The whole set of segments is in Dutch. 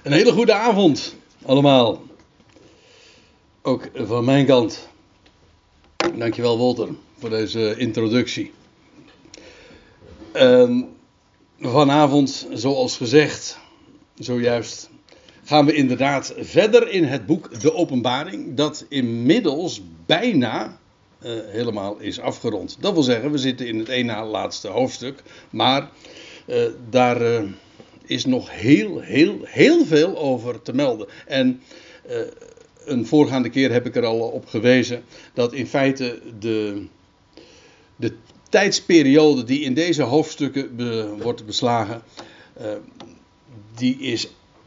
Een hele goede avond allemaal. Ook van mijn kant. Dankjewel Walter voor deze introductie. Vanavond, zoals gezegd, zojuist, gaan we inderdaad verder in het boek De Openbaring. Dat inmiddels bijna helemaal is afgerond. Dat wil zeggen, we zitten in het één na laatste hoofdstuk. Maar daar is nog heel veel over te melden. En een voorgaande keer heb ik er al op gewezen dat in feite de tijdsperiode die in deze hoofdstukken wordt beslagen, die is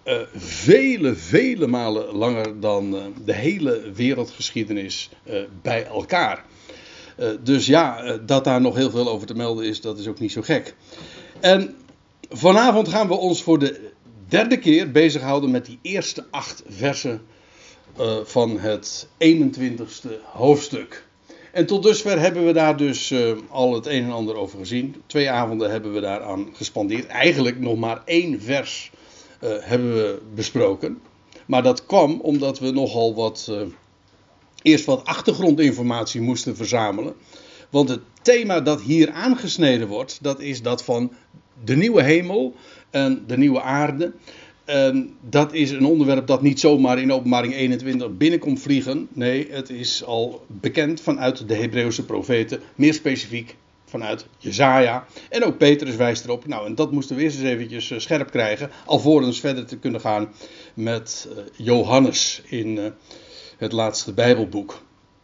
vele malen langer dan de hele wereldgeschiedenis bij elkaar. Dus ja, dat daar nog heel veel over te melden is, dat is ook niet zo gek. En vanavond gaan we ons voor de derde keer bezighouden met die eerste 8 versen van het 21ste hoofdstuk. En tot dusver hebben we daar dus al het een en ander over gezien. 2 avonden hebben we daaraan gespandeerd. Eigenlijk nog maar 1 vers hebben we besproken. Maar dat kwam omdat we nogal eerst wat achtergrondinformatie moesten verzamelen. Want het thema dat hier aangesneden wordt, dat is dat van de nieuwe hemel en de nieuwe aarde. Dat is een onderwerp dat niet zomaar in Openbaring 21 binnenkomt vliegen. Nee, het is al bekend vanuit de Hebreeuwse profeten. Meer specifiek vanuit Jesaja. En ook Petrus wijst erop. Nou, en dat moesten we eerst eens eventjes scherp krijgen. Alvorens verder te kunnen gaan met Johannes in het laatste Bijbelboek.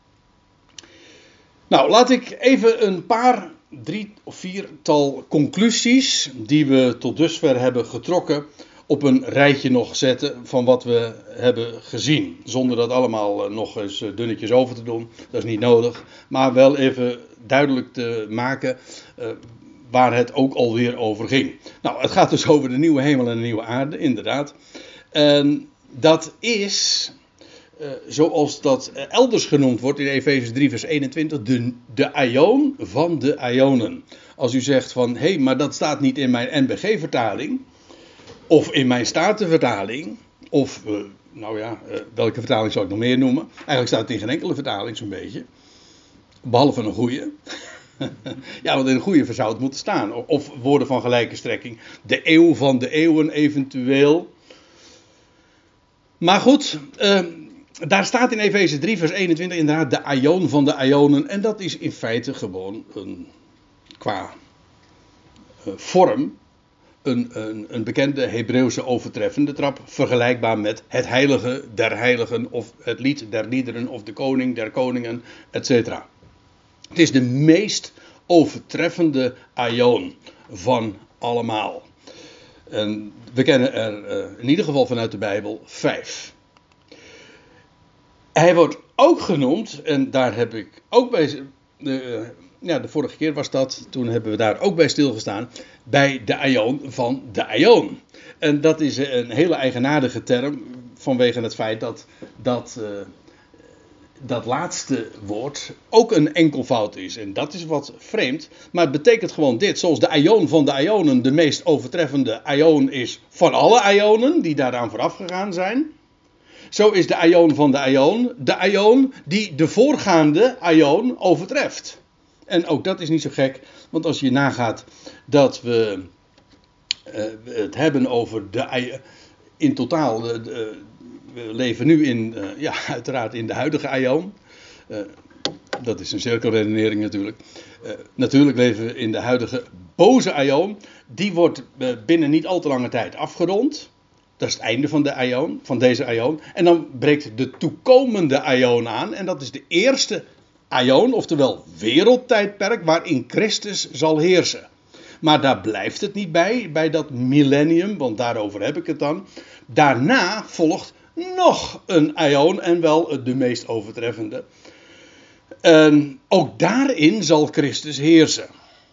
Nou, laat ik even een paar, 3 of 4-tal conclusies die we tot dusver hebben getrokken op een rijtje nog zetten van wat we hebben gezien. Zonder dat allemaal nog eens dunnetjes over te doen. Dat is niet nodig. Maar wel even duidelijk te maken waar het ook alweer over ging. Nou, het gaat dus over de nieuwe hemel en de nieuwe aarde, inderdaad. En dat is, zoals dat elders genoemd wordt in Efeze 3 vers 21, de aion van de aionen. Als u zegt van, hé, maar dat staat niet in mijn NBG-vertaling... Of in mijn Statenvertaling. Of, welke vertaling zou ik nog meer noemen? Eigenlijk staat het in geen enkele vertaling zo'n beetje. Behalve een goede. Ja, want in een goede zou het moeten staan. Of woorden van gelijke strekking. De eeuw van de eeuwen eventueel. Maar goed, daar staat in Efeze 3 vers 21 inderdaad de aion van de aionen. En dat is in feite gewoon qua vorm... Een bekende Hebreeuwse overtreffende trap, vergelijkbaar met het heilige der heiligen, of het lied der liederen, of de koning der koningen, etc. Het is de meest overtreffende aion van allemaal. En we kennen er in ieder geval vanuit de Bijbel 5. Hij wordt ook genoemd, en daar heb ik ook bij... de vorige keer was dat, toen hebben we daar ook bij stilgestaan, bij de aion van de aion. En dat is een hele eigenaardige term, vanwege het feit dat laatste woord ook een enkelvoud is. En dat is wat vreemd, maar het betekent gewoon dit. Zoals de aion van de aionen de meest overtreffende aion is van alle aionen die daaraan vooraf gegaan zijn. Zo is de aion van de aion die de voorgaande aion overtreft. En ook dat is niet zo gek, want als je nagaat dat we het hebben over in totaal, we leven nu uiteraard in de huidige aion. Dat is een cirkelredenering natuurlijk. Natuurlijk leven we in de huidige boze aion. Die wordt binnen niet al te lange tijd afgerond. Dat is het einde van de aion, van deze aion. En dan breekt de toekomende aion aan. En dat is de eerste aion, oftewel wereldtijdperk, waarin Christus zal heersen. Maar daar blijft het niet bij dat millennium, want daarover heb ik het dan. Daarna volgt nog een aion, en wel de meest overtreffende. Ook daarin zal Christus heersen.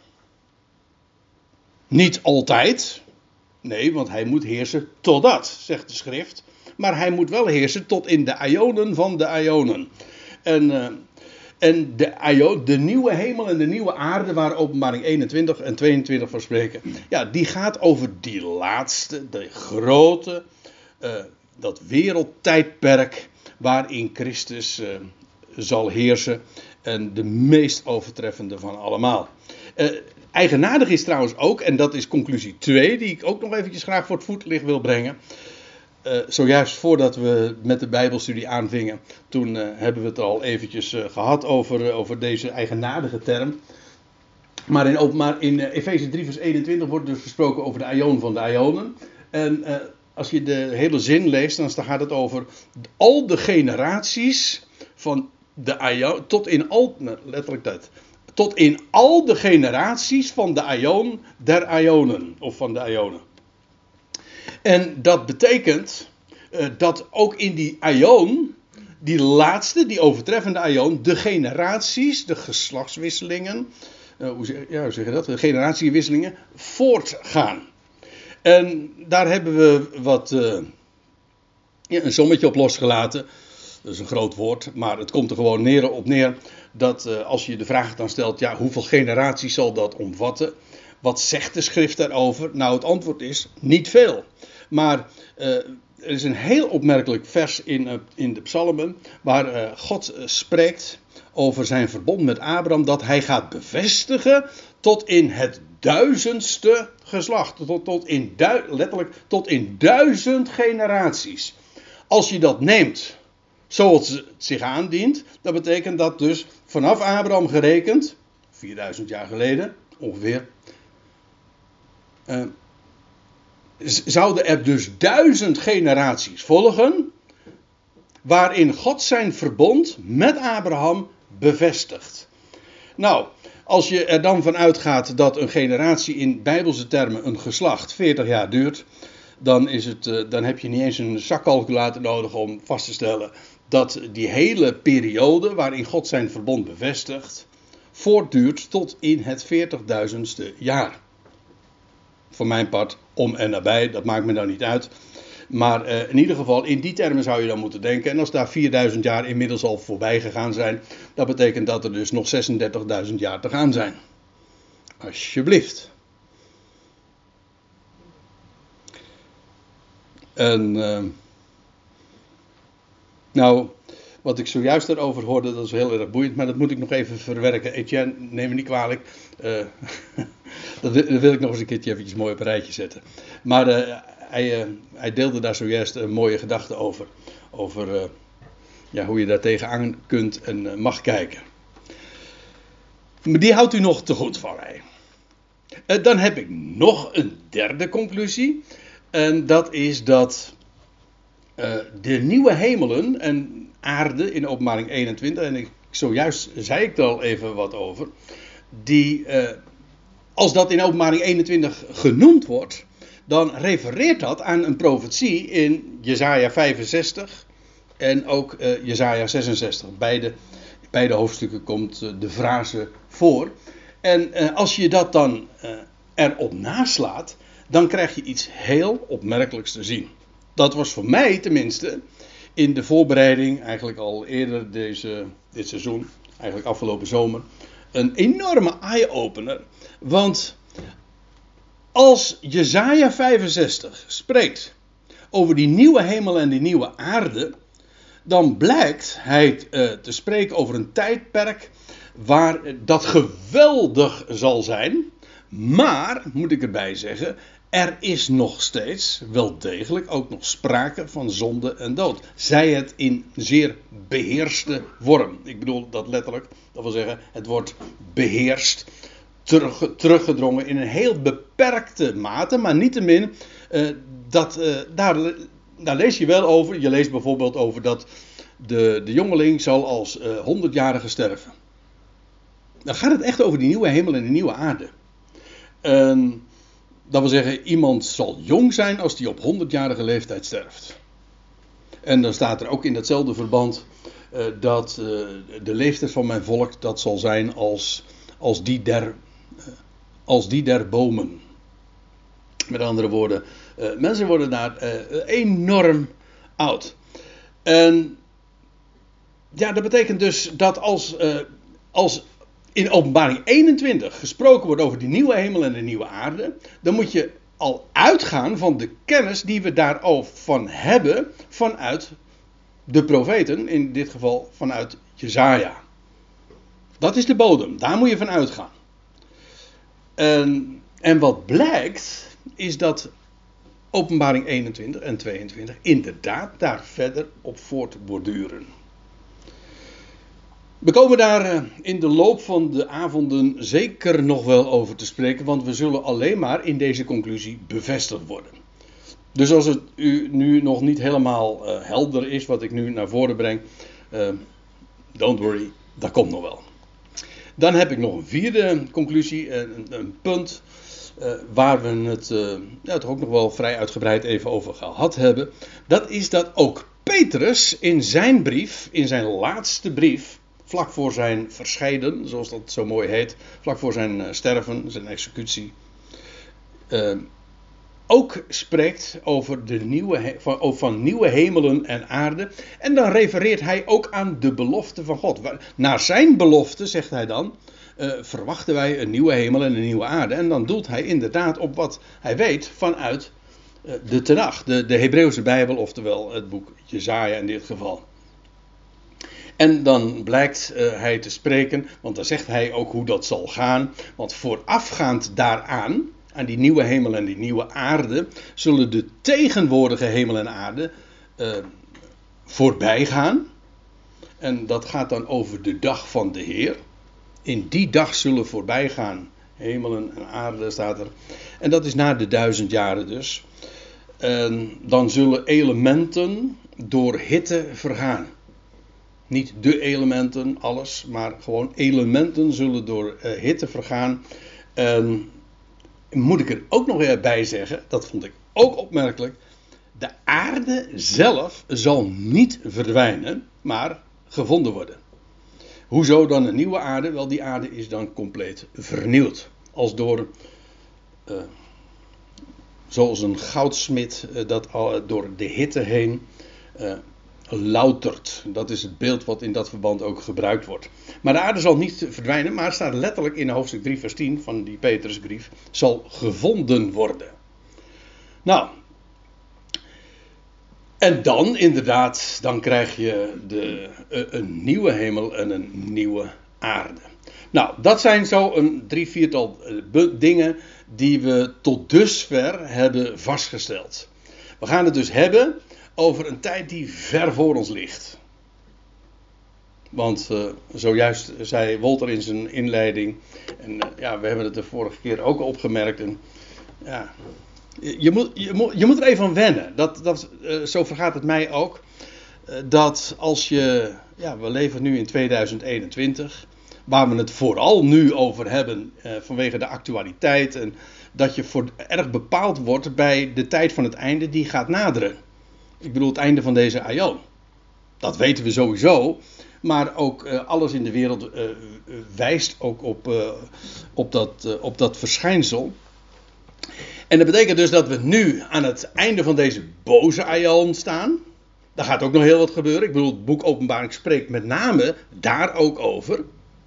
Niet altijd. Nee, want hij moet heersen totdat, zegt de schrift. Maar hij moet wel heersen tot in de aionen van de aionen. En de nieuwe hemel en de nieuwe aarde, waar Openbaring 21 en 22 van spreken. Ja, die gaat over die laatste, de grote dat wereldtijdperk waarin Christus zal heersen. En de meest overtreffende van allemaal. Eigenaardig is trouwens ook, en dat is conclusie 2, die ik ook nog eventjes graag voor het voetlicht wil brengen. Zojuist voordat we met de Bijbelstudie aanvingen, toen hebben we het al eventjes gehad over deze eigenaardige term. Maar in Efeze 3 vers 21 wordt dus gesproken over de aion van de aionen. En als je de hele zin leest, dan gaat het over al de generaties van de aion, tot in al de generaties van de aion der aionen, of van de aionen. En dat betekent dat ook in die aion, die laatste, die overtreffende aion, de generaties, de geslachtswisselingen, hoe zeg je dat? De generatiewisselingen voortgaan. En daar hebben we een sommetje op losgelaten. Dat is een groot woord, maar het komt er gewoon op neer dat als je de vraag dan stelt, ja, hoeveel generaties zal dat omvatten? Wat zegt de schrift daarover? Nou, het antwoord is niet veel. Maar er is een heel opmerkelijk vers in de psalmen waar God spreekt over zijn verbond met Abraham, dat hij gaat bevestigen tot in het 1000ste geslacht. Letterlijk tot in 1000 generaties. Als je dat neemt zoals het zich aandient, dat betekent dat dus vanaf Abraham gerekend, 4000 jaar geleden ongeveer, zouden er dus 1000 generaties volgen, waarin God zijn verbond met Abraham bevestigt. Nou, als je er dan van uitgaat dat een generatie in bijbelse termen een geslacht 40 jaar duurt, dan heb je niet eens een zakcalculator nodig om vast te stellen dat die hele periode waarin God zijn verbond bevestigt, voortduurt tot in het 40.000ste jaar. Voor mijn part om en nabij, dat maakt me nou niet uit. Maar in ieder geval, in die termen zou je dan moeten denken. En als daar 4000 jaar inmiddels al voorbij gegaan zijn, dat betekent dat er dus nog 36.000 jaar te gaan zijn. Alsjeblieft. En nou, wat ik zojuist daarover hoorde, dat is heel erg boeiend, maar dat moet ik nog even verwerken. Etienne, neem me niet kwalijk. Dat wil ik nog eens een keertje eventjes mooi op een rijtje zetten. Maar hij deelde daar zojuist een mooie gedachte over. Over hoe je daar tegenaan kunt en mag kijken. Maar die houdt u nog te goed van mij. Dan heb ik nog een derde conclusie. En dat is dat de nieuwe hemelen en aarde in Openbaring 21, en zojuist zei ik er al even wat over, als dat in Openbaring 21 genoemd wordt, dan refereert dat aan een profetie in Jesaja 65 en ook Jesaja 66. Beide hoofdstukken komt de frase voor. En als je dat dan erop naslaat, dan krijg je iets heel opmerkelijks te zien. Dat was voor mij tenminste in de voorbereiding, eigenlijk al eerder dit seizoen, eigenlijk afgelopen zomer, een enorme eye-opener. Want als Jesaja 65 spreekt over die nieuwe hemel en die nieuwe aarde, dan blijkt hij te spreken over een tijdperk waar dat geweldig zal zijn. Maar, moet ik erbij zeggen, er is nog steeds wel degelijk ook nog sprake van zonde en dood. Zij het in zeer beheerste vorm. Ik bedoel dat letterlijk. Dat wil zeggen, het wordt beheerst, teruggedrongen in een heel beperkte mate. Maar niettemin, daar lees je wel over. Je leest bijvoorbeeld over dat de jongeling zal als 100-jarige sterven. Dan gaat het echt over die nieuwe hemel en die nieuwe aarde. Dat wil zeggen, iemand zal jong zijn als die op 100-jarige leeftijd sterft. En dan staat er ook in datzelfde verband dat de leeftijd van mijn volk, dat zal zijn als die der bomen. Met andere woorden, mensen worden daar enorm oud. En ja, dat betekent dus dat als in Openbaring 21 gesproken wordt over die nieuwe hemel en de nieuwe aarde, dan moet je al uitgaan van de kennis die we daarover van hebben vanuit de profeten, in dit geval vanuit Jesaja. Dat is de bodem, daar moet je van uitgaan. En wat blijkt, is dat Openbaring 21 en 22 inderdaad daar verder op voortborduren. We komen daar in de loop van de avonden zeker nog wel over te spreken, want we zullen alleen maar in deze conclusie bevestigd worden. Dus als het u nu nog niet helemaal helder is wat ik nu naar voren breng, don't worry, dat komt nog wel. Dan heb ik nog een vierde conclusie, een punt waar we het toch ook nog wel vrij uitgebreid even over gehad hebben. Dat is dat ook Petrus in zijn brief, in zijn laatste brief, vlak voor zijn verscheiden, zoals dat zo mooi heet, vlak voor zijn sterven, zijn executie, ook spreekt over van nieuwe hemelen en aarde. En dan refereert hij ook aan de belofte van God. Naar zijn belofte, zegt hij dan, verwachten wij een nieuwe hemel en een nieuwe aarde. En dan doelt hij inderdaad op wat hij weet vanuit de Tenach, de Hebreeuwse Bijbel, oftewel het boek Jesaja in dit geval. En dan blijkt hij te spreken, want dan zegt hij ook hoe dat zal gaan. Want voorafgaand daaraan, aan die nieuwe hemel en die nieuwe aarde, zullen de tegenwoordige hemel en aarde voorbij gaan. En dat gaat dan over de dag van de Heer. In die dag zullen voorbij gaan hemelen en aarde, staat er. En dat is na de 1000 jaren dus. En dan zullen elementen door hitte vergaan. Niet de elementen, alles, maar gewoon elementen zullen door hitte vergaan. Moet ik er ook nog weer bij zeggen, dat vond ik ook opmerkelijk. De aarde zelf zal niet verdwijnen, maar gevonden worden. Hoezo dan een nieuwe aarde? Wel, die aarde is dan compleet vernieuwd. Als door, zoals een goudsmid dat door de hitte heen loutert. Dat is het beeld wat in dat verband ook gebruikt wordt. Maar de aarde zal niet verdwijnen, maar staat letterlijk in hoofdstuk 3 vers 10 van die Petrusbrief, zal gevonden worden. Nou, en dan inderdaad, dan krijg je een nieuwe hemel en een nieuwe aarde. Nou, dat zijn zo een 3-4 dingen die we tot dusver hebben vastgesteld. We gaan het dus hebben over een tijd die ver voor ons ligt. Want zojuist zei Wolter in zijn inleiding, en we hebben het de vorige keer ook opgemerkt, en ja, je moet er even aan wennen. Zo vergaat het mij ook. Dat als je, we leven nu in 2021, waar we het vooral nu over hebben vanwege de actualiteit, en dat je erg bepaald wordt bij de tijd van het einde die gaat naderen. Ik bedoel het einde van deze aion. Dat weten we sowieso. Maar ook alles in de wereld wijst ook op dat verschijnsel. En dat betekent dus dat we nu aan het einde van deze boze aion staan. Daar gaat ook nog heel wat gebeuren. Ik bedoel, het boek Openbaring spreekt met name daar ook over.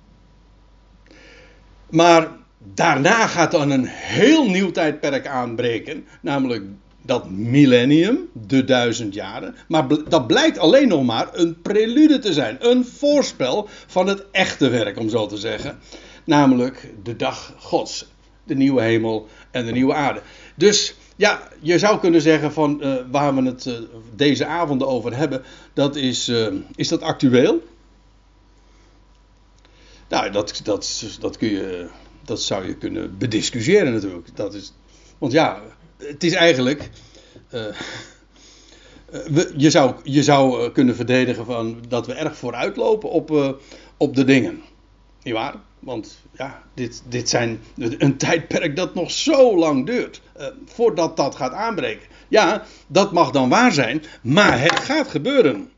Maar daarna gaat dan een heel nieuw tijdperk aanbreken. Namelijk dat millennium, de 1000 jaren. Maar dat blijkt alleen nog maar een prelude te zijn. Een voorspel van het echte werk, om zo te zeggen. Namelijk de dag Gods. De nieuwe hemel en de nieuwe aarde. Dus ja, je zou kunnen zeggen van waar we het deze avonden over hebben. Dat is dat actueel? Nou, dat zou je kunnen bediscussiëren natuurlijk. Want ja, het is eigenlijk. Je zou kunnen verdedigen van dat we erg vooruitlopen op de dingen. Niet waar? Want ja, dit zijn een tijdperk dat nog zo lang duurt. Voordat dat gaat aanbreken. Ja, dat mag dan waar zijn. Maar het gaat gebeuren.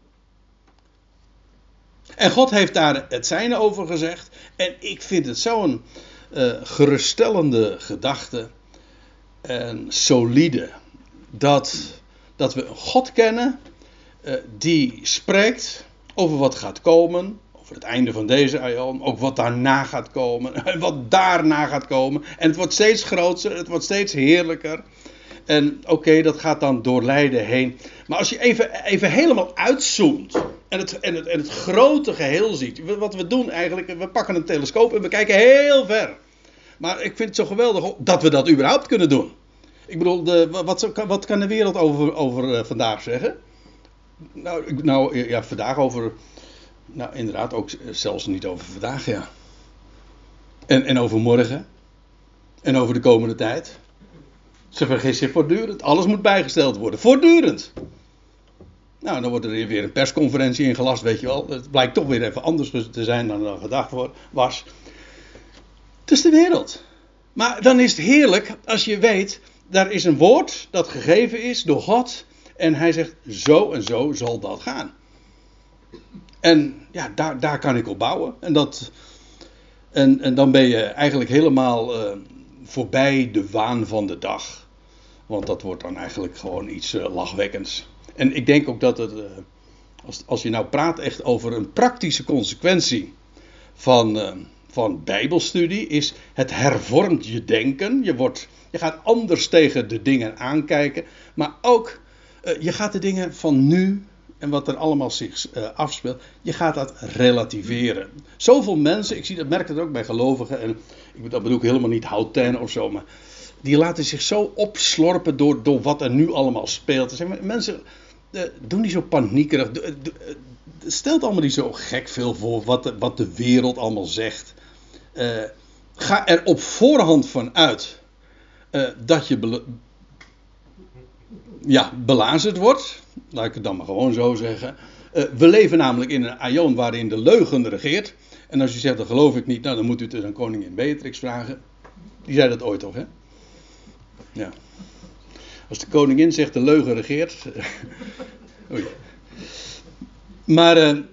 En God heeft daar het zijne over gezegd. En ik vind het zo'n geruststellende gedachte. En solide. Dat we een God kennen. Die spreekt over wat gaat komen. Over het einde van deze aion. Ook wat daarna gaat komen. En wat daarna gaat komen. En het wordt steeds groter. Het wordt steeds heerlijker. En oké, dat gaat dan door lijden heen. Maar als je even helemaal uitzoomt en het grote geheel ziet. Wat we doen eigenlijk, we pakken een telescoop en we kijken heel ver. Maar ik vind het zo geweldig dat we dat überhaupt kunnen doen. Ik bedoel, wat kan de wereld over vandaag zeggen? Nou ja, vandaag over... Nou, inderdaad, ook zelfs niet over vandaag, ja. En over morgen. En over de komende tijd. Ze vergissen zich voortdurend. Alles moet bijgesteld worden. Voortdurend. Nou, dan wordt er weer een persconferentie ingelast, weet je wel. Het blijkt toch weer even anders te zijn dan er gedacht was. Het is de wereld. Maar dan is het heerlijk als je weet, daar is een woord dat gegeven is door God. En hij zegt, zo en zo zal dat gaan. En ja, daar kan ik op bouwen. En dan ben je eigenlijk helemaal voorbij de waan van de dag. Want dat wordt dan eigenlijk gewoon iets lachwekkends. En ik denk ook dat het, als je nou praat echt over een praktische consequentie van bijbelstudie, is het hervormt je denken. Je gaat anders tegen de dingen aankijken. Maar ook, je gaat de dingen van nu en wat er allemaal zich afspeelt, je gaat dat relativeren. Zoveel mensen, ik merk het ook bij gelovigen, en dat bedoel ik helemaal niet Houten of zo, maar die laten zich zo opslorpen door wat er nu allemaal speelt. Mensen, doe niet zo paniekerig. Stelt allemaal niet zo gek veel voor wat de wereld allemaal zegt. Ga er op voorhand van uit dat je belazerd wordt. Laat ik het dan maar gewoon zo zeggen. We leven namelijk in een aion waarin de leugen regeert. En als u zegt, dat geloof ik niet, nou dan moet u het dus aan koningin Beatrix vragen. Die zei dat ooit toch, hè? Ja. Als de koningin zegt, de leugen regeert. Oei. Maar,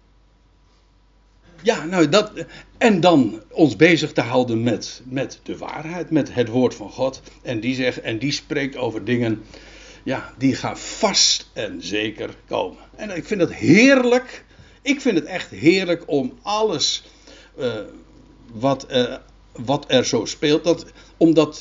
dat. En dan ons bezig te houden met de waarheid, met het woord van God. En die spreekt over dingen. Ja, die gaan vast en zeker komen. En ik vind het heerlijk. Ik vind het echt heerlijk om alles wat er zo speelt, om dat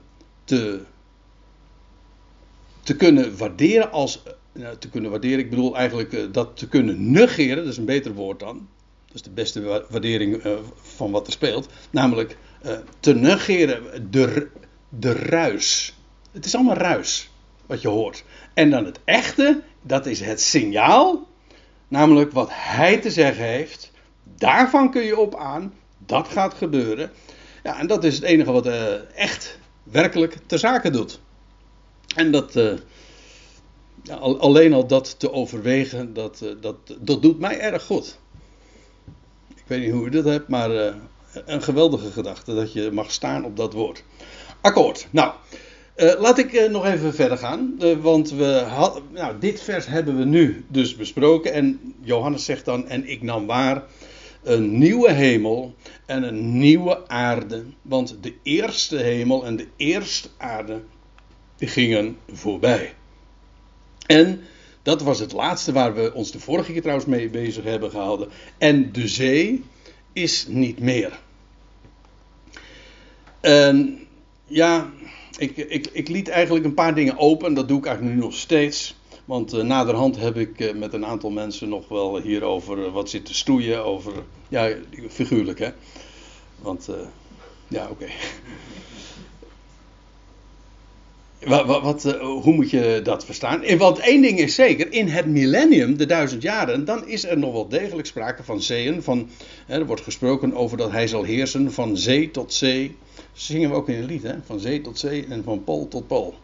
te kunnen waarderen te kunnen waarderen, ik bedoel eigenlijk dat te kunnen negeren, dat is een beter woord dan. Dat is de beste waardering van wat er speelt. Namelijk te negeren de ruis. Het is allemaal ruis wat je hoort. En dan het echte, dat is het signaal. Namelijk wat hij te zeggen heeft. Daarvan kun je op aan. Dat gaat gebeuren. Ja, en dat is het enige wat echt werkelijk ter zake doet. En dat... alleen al dat te overwegen, dat doet mij erg goed. Ik weet niet hoe u dat hebt, maar een geweldige gedachte dat je mag staan op dat woord. Akkoord. Nou, laat ik nog even verder gaan. Want dit vers hebben we nu dus besproken. En Johannes zegt dan, en ik nam waar een nieuwe hemel en een nieuwe aarde. Want de eerste hemel en de eerste aarde die gingen voorbij. En dat was het laatste waar we ons de vorige keer trouwens mee bezig hebben gehouden. En de zee is niet meer. En ja, ik liet eigenlijk een paar dingen open. Dat doe ik eigenlijk nu nog steeds. Want naderhand heb ik met een aantal mensen nog wel hierover wat zitten stoeien. Over, ja, figuurlijk hè. Want, oké. Hoe moet je dat verstaan? Want één ding is zeker, in het millennium, de 1000 jaren, dan is er nog wel degelijk sprake van zeeën. Er wordt gesproken over dat hij zal heersen van zee tot zee. Dat zingen we ook in een lied, hè? Van zee tot zee en van pool tot pool.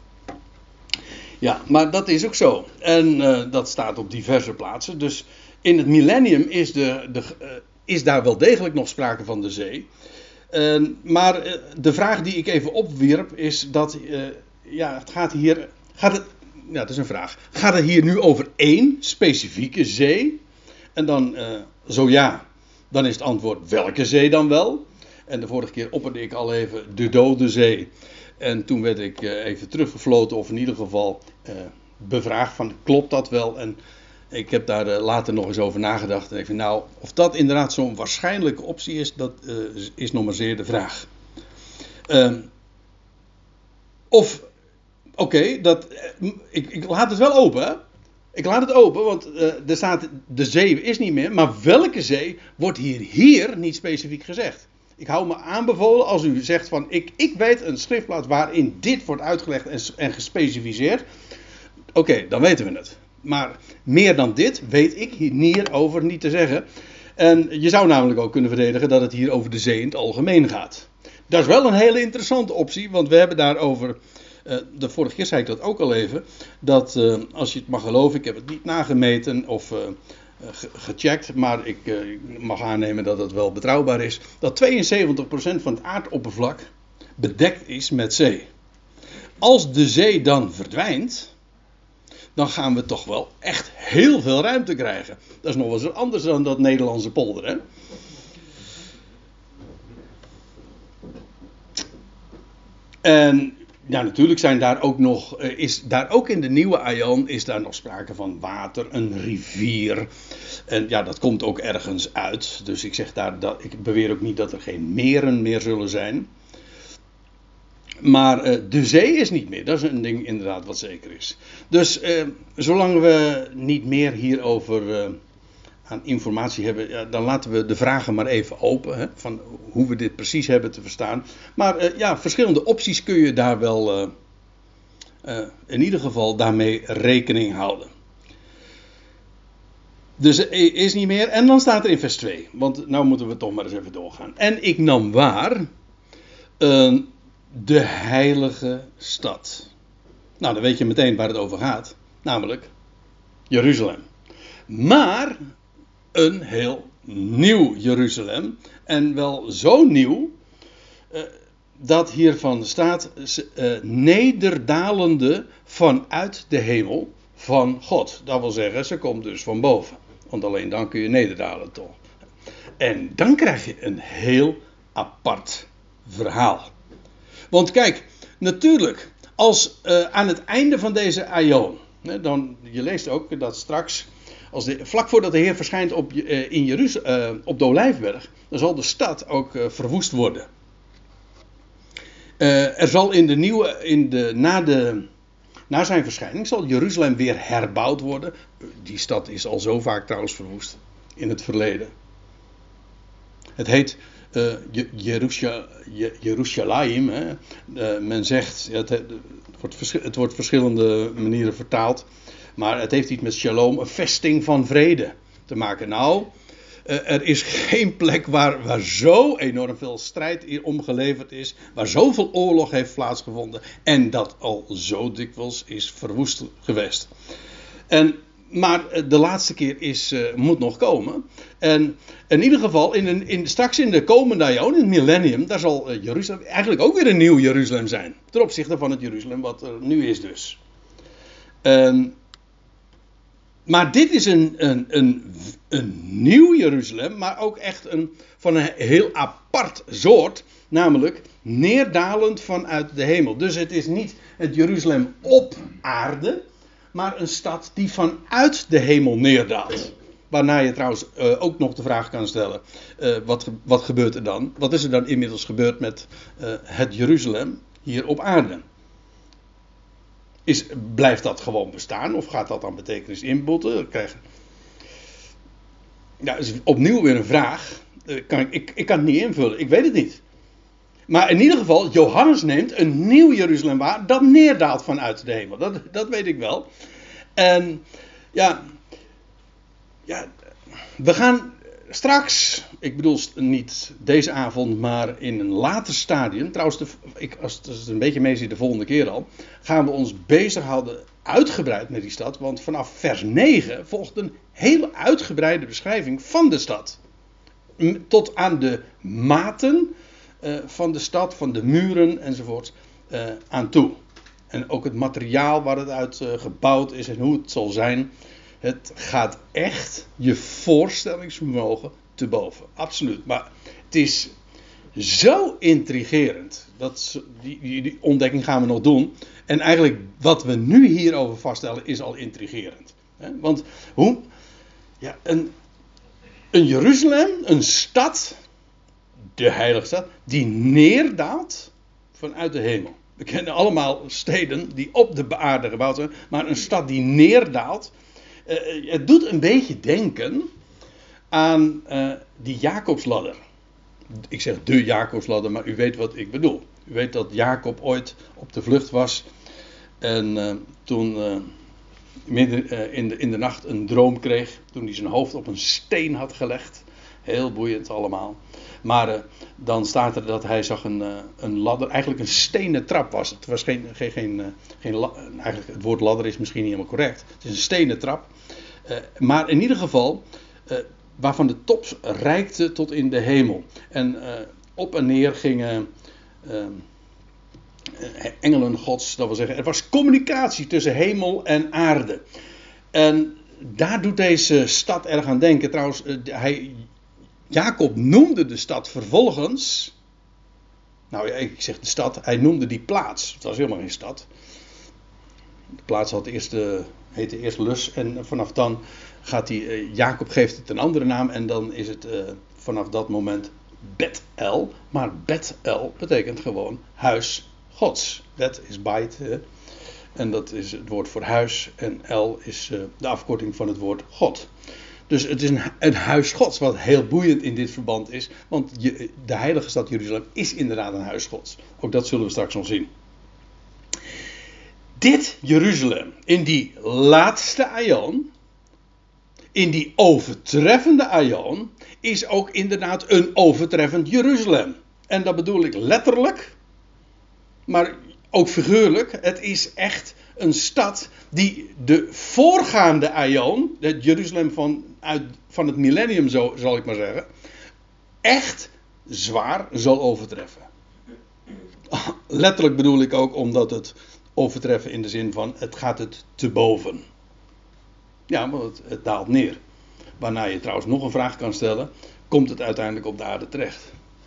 Ja, maar dat is ook zo. En dat staat op diverse plaatsen. Dus in het millennium is daar wel degelijk nog sprake van de zee. Maar de vraag die ik even opwierp is dat... het gaat hier... dat is een vraag. Gaat het hier nu over één specifieke zee? En dan, zo ja, dan is het antwoord welke zee dan wel? En de vorige keer opperde ik al even de Dode Zee. En toen werd ik even teruggefloten of in ieder geval bevraagd van klopt dat wel? En ik heb daar later nog eens over nagedacht. En ik vind of dat inderdaad zo'n waarschijnlijke optie is, dat is nog maar zeer de vraag. Oké, ik laat het wel open, hè? Ik laat het open, want er staat de zee is niet meer. Maar welke zee wordt hier niet specifiek gezegd. Ik hou me aanbevolen als u zegt van ik weet een schriftplaats waarin dit wordt uitgelegd en gespecificeerd. Oké, dan weten we het. Maar meer dan dit weet ik hierover niet te zeggen. En je zou namelijk ook kunnen verdedigen dat het hier over de zee in het algemeen gaat. Dat is wel een hele interessante optie, want we hebben daarover... de vorige keer zei ik dat ook al even. Dat als je het mag geloven, ik heb het niet nagemeten of gecheckt. Maar ik mag aannemen dat het wel betrouwbaar is. Dat 72% van het aardoppervlak bedekt is met zee. Als de zee dan verdwijnt, dan gaan we toch wel echt heel veel ruimte krijgen. Dat is nog wel eens anders dan dat Nederlandse polder, hè? En ja, natuurlijk zijn daar ook nog, is daar ook in de nieuwe aion is daar nog sprake van water, een rivier. En ja, dat komt ook ergens uit. Dus ik zeg daar, ik beweer ook niet dat er geen meren meer zullen zijn. Maar de zee is niet meer. Dat is een ding inderdaad wat zeker is. Dus zolang we niet meer hierover aan informatie hebben, ja, dan laten we de vragen maar even open. Hè, van hoe we dit precies hebben te verstaan. Maar ja, verschillende opties kun je daar wel in ieder geval daarmee rekening houden. Dus is niet meer. En dan staat er in vers 2. Want nou moeten we toch maar eens even doorgaan. En ik nam waar de heilige stad. Nou, dan weet je meteen waar het over gaat. Namelijk Jeruzalem. Maar een heel nieuw Jeruzalem. En wel zo nieuw dat hiervan staat nederdalende vanuit de hemel van God. Dat wil zeggen, ze komt dus van boven. Want alleen dan kun je nederdalen toch. En dan krijg je een heel apart verhaal. Want kijk, natuurlijk, als aan het einde van deze aion, dan, je leest ook dat straks, vlak voordat de Heer verschijnt in Jeruzalem, op de Olijfberg, dan zal de stad ook verwoest worden. Er zal na zijn verschijning zal Jeruzalem weer herbouwd worden. Die stad is al zo vaak trouwens verwoest in het verleden. Het heet Jeruzalem. Men zegt, het wordt verschillende manieren vertaald. Maar het heeft iets met shalom, een vesting van vrede te maken. Nou, er is geen plek waar zo enorm veel strijd om geleverd is. Waar zoveel oorlog heeft plaatsgevonden. En dat al zo dikwijls is verwoest geweest. Maar de laatste keer moet nog komen. En in ieder geval, straks in de komende aion, in het millennium, daar zal Jeruzalem eigenlijk ook weer een nieuw Jeruzalem zijn. Ten opzichte van het Jeruzalem wat er nu is dus. Maar dit is een nieuw Jeruzalem, maar ook echt van een heel apart soort. Namelijk neerdalend vanuit de hemel. Dus het is niet het Jeruzalem op aarde, maar een stad die vanuit de hemel neerdaalt. Waarna je trouwens ook nog de vraag kan stellen, wat gebeurt er dan? Wat is er dan inmiddels gebeurd met het Jeruzalem hier op aarde? Blijft dat gewoon bestaan of gaat dat dan betekenis inboeten? Ja, is opnieuw weer een vraag. Ik kan het niet invullen, ik weet het niet. Maar in ieder geval, Johannes neemt een nieuw Jeruzalem waar dat neerdaalt vanuit de hemel. Dat weet ik wel. En ja, we gaan straks, ik bedoel niet deze avond, maar in een later stadium. Trouwens, als het een beetje mee zit de volgende keer al, gaan we ons bezighouden uitgebreid met die stad. Want vanaf vers 9 volgt een hele uitgebreide beschrijving van de stad. Tot aan de maten van de stad, van de muren enzovoort aan toe. En ook het materiaal waar het uit gebouwd is en hoe het zal zijn. Het gaat echt je voorstellingsvermogen te boven. Absoluut. Maar het is zo intrigerend. Die ontdekking gaan we nog doen. En eigenlijk wat we nu hierover vaststellen is al intrigerend. Want een Jeruzalem, een stad, de heilige stad, die neerdaalt vanuit de hemel. We kennen allemaal steden die op de aarde gebouwd zijn, maar een stad die neerdaalt. Het doet een beetje denken aan die Jacobsladder. Ik zeg de Jacobsladder, maar u weet wat ik bedoel. U weet dat Jacob ooit op de vlucht was en toen midden in de nacht een droom kreeg, toen hij zijn hoofd op een steen had gelegd. Heel boeiend allemaal. Maar dan staat er dat hij zag een ladder, eigenlijk een stenen trap was. Het was eigenlijk het woord ladder is misschien niet helemaal correct. Het is een stenen trap. Maar in ieder geval, waarvan de top reikte tot in de hemel. En op en neer gingen engelen gods, dat wil zeggen, er was communicatie tussen hemel en aarde. En daar doet deze stad erg aan denken. Trouwens, Jacob noemde de stad vervolgens. Nou ja, ik zeg de stad. Hij noemde die plaats. Het was helemaal geen stad. De plaats heette eerst Lus. En vanaf dan gaat Jacob geeft het een andere naam. En dan is het vanaf dat moment Bet-El. Maar Bet-El betekent gewoon huis Gods. Bet is bait. En dat is het woord voor huis. En El is de afkorting van het woord God. Dus het is een huis Gods, wat heel boeiend in dit verband is. Want de heilige stad Jeruzalem is inderdaad een huis Gods. Ook dat zullen we straks nog zien. Dit Jeruzalem, in die laatste aion, in die overtreffende aion, is ook inderdaad een overtreffend Jeruzalem. En dat bedoel ik letterlijk, maar ook figuurlijk. Het is echt een stad die de voorgaande aion, het Jeruzalem van het millennium, zo zal ik maar zeggen, echt zwaar zal overtreffen. Letterlijk bedoel ik ook omdat het overtreffen in de zin van het gaat het te boven. Ja, want het daalt neer. Waarna je trouwens nog een vraag kan stellen, komt het uiteindelijk op de aarde terecht?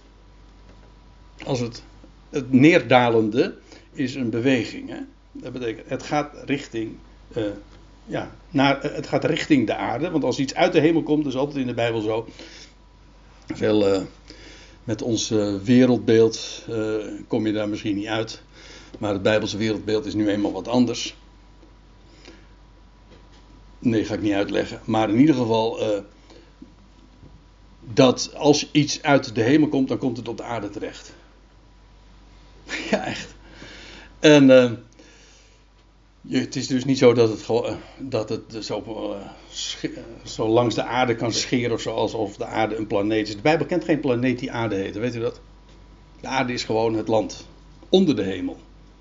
Als het neerdalende is een beweging. Hè? Dat betekent, het gaat richting het gaat richting de aarde. Want als iets uit de hemel komt, dat is altijd in de Bijbel zo. Veel met ons wereldbeeld kom je daar misschien niet uit. Maar het Bijbelse wereldbeeld is nu eenmaal wat anders. Nee, ga ik niet uitleggen. Maar in ieder geval, dat als iets uit de hemel komt, dan komt het op de aarde terecht. Ja, echt. En het is dus niet zo dat het zo langs de aarde kan scheren of zo, alsof de aarde een planeet is. De Bijbel kent geen planeet die aarde heet, weet u dat? De aarde is gewoon het land onder de hemel.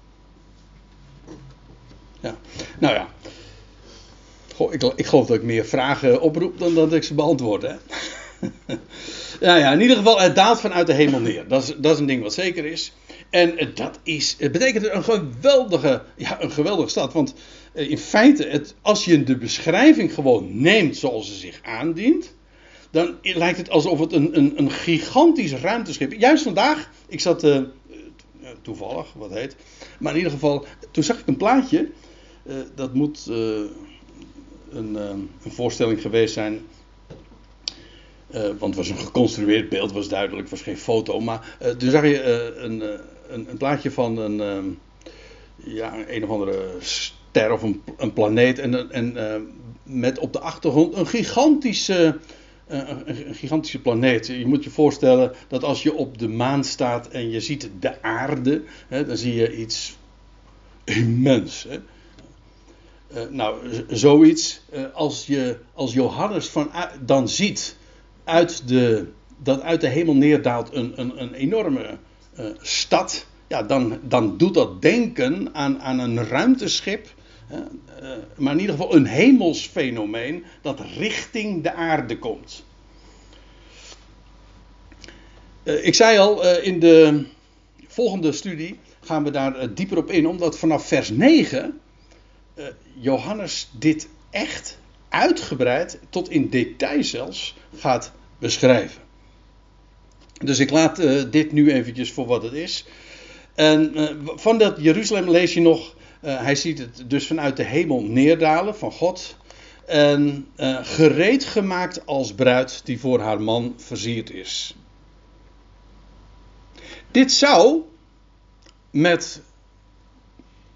Ja, nou ja. Goh, ik geloof dat ik meer vragen oproep dan dat ik ze beantwoord, hè. Ja, in ieder geval, het daalt vanuit de hemel neer. Dat is een ding wat zeker is. En het betekent een geweldige stad. Want in feite, als je de beschrijving gewoon neemt zoals ze zich aandient, dan lijkt het alsof het een gigantisch ruimteschip is. Juist vandaag, ik zat toevallig, wat heet. Maar in ieder geval, toen zag ik een plaatje. Dat moet een voorstelling geweest zijn. Want het was een geconstrueerd beeld, was duidelijk, het was geen foto. Maar toen zag je een plaatje van een of andere ster of een planeet. En met op de achtergrond een gigantische planeet. Je moet je voorstellen dat als je op de maan staat en je ziet de aarde, dan zie je iets immens. Hè? Zoiets als Johannes dan ziet dat uit de hemel neerdaalt een enorme stad. Ja, dan doet dat denken aan een ruimteschip. Maar in ieder geval een hemels fenomeen dat richting de aarde komt. Ik zei al, in de volgende studie gaan we daar dieper op in. Omdat vanaf vers 9 Johannes dit echt uitgebreid, tot in detail zelfs, gaat beschrijven. Dus ik laat dit nu eventjes voor wat het is. En van dat Jeruzalem lees je nog, hij ziet het dus vanuit de hemel neerdalen van God. En gereed gemaakt als bruid die voor haar man versierd is. Dit zou met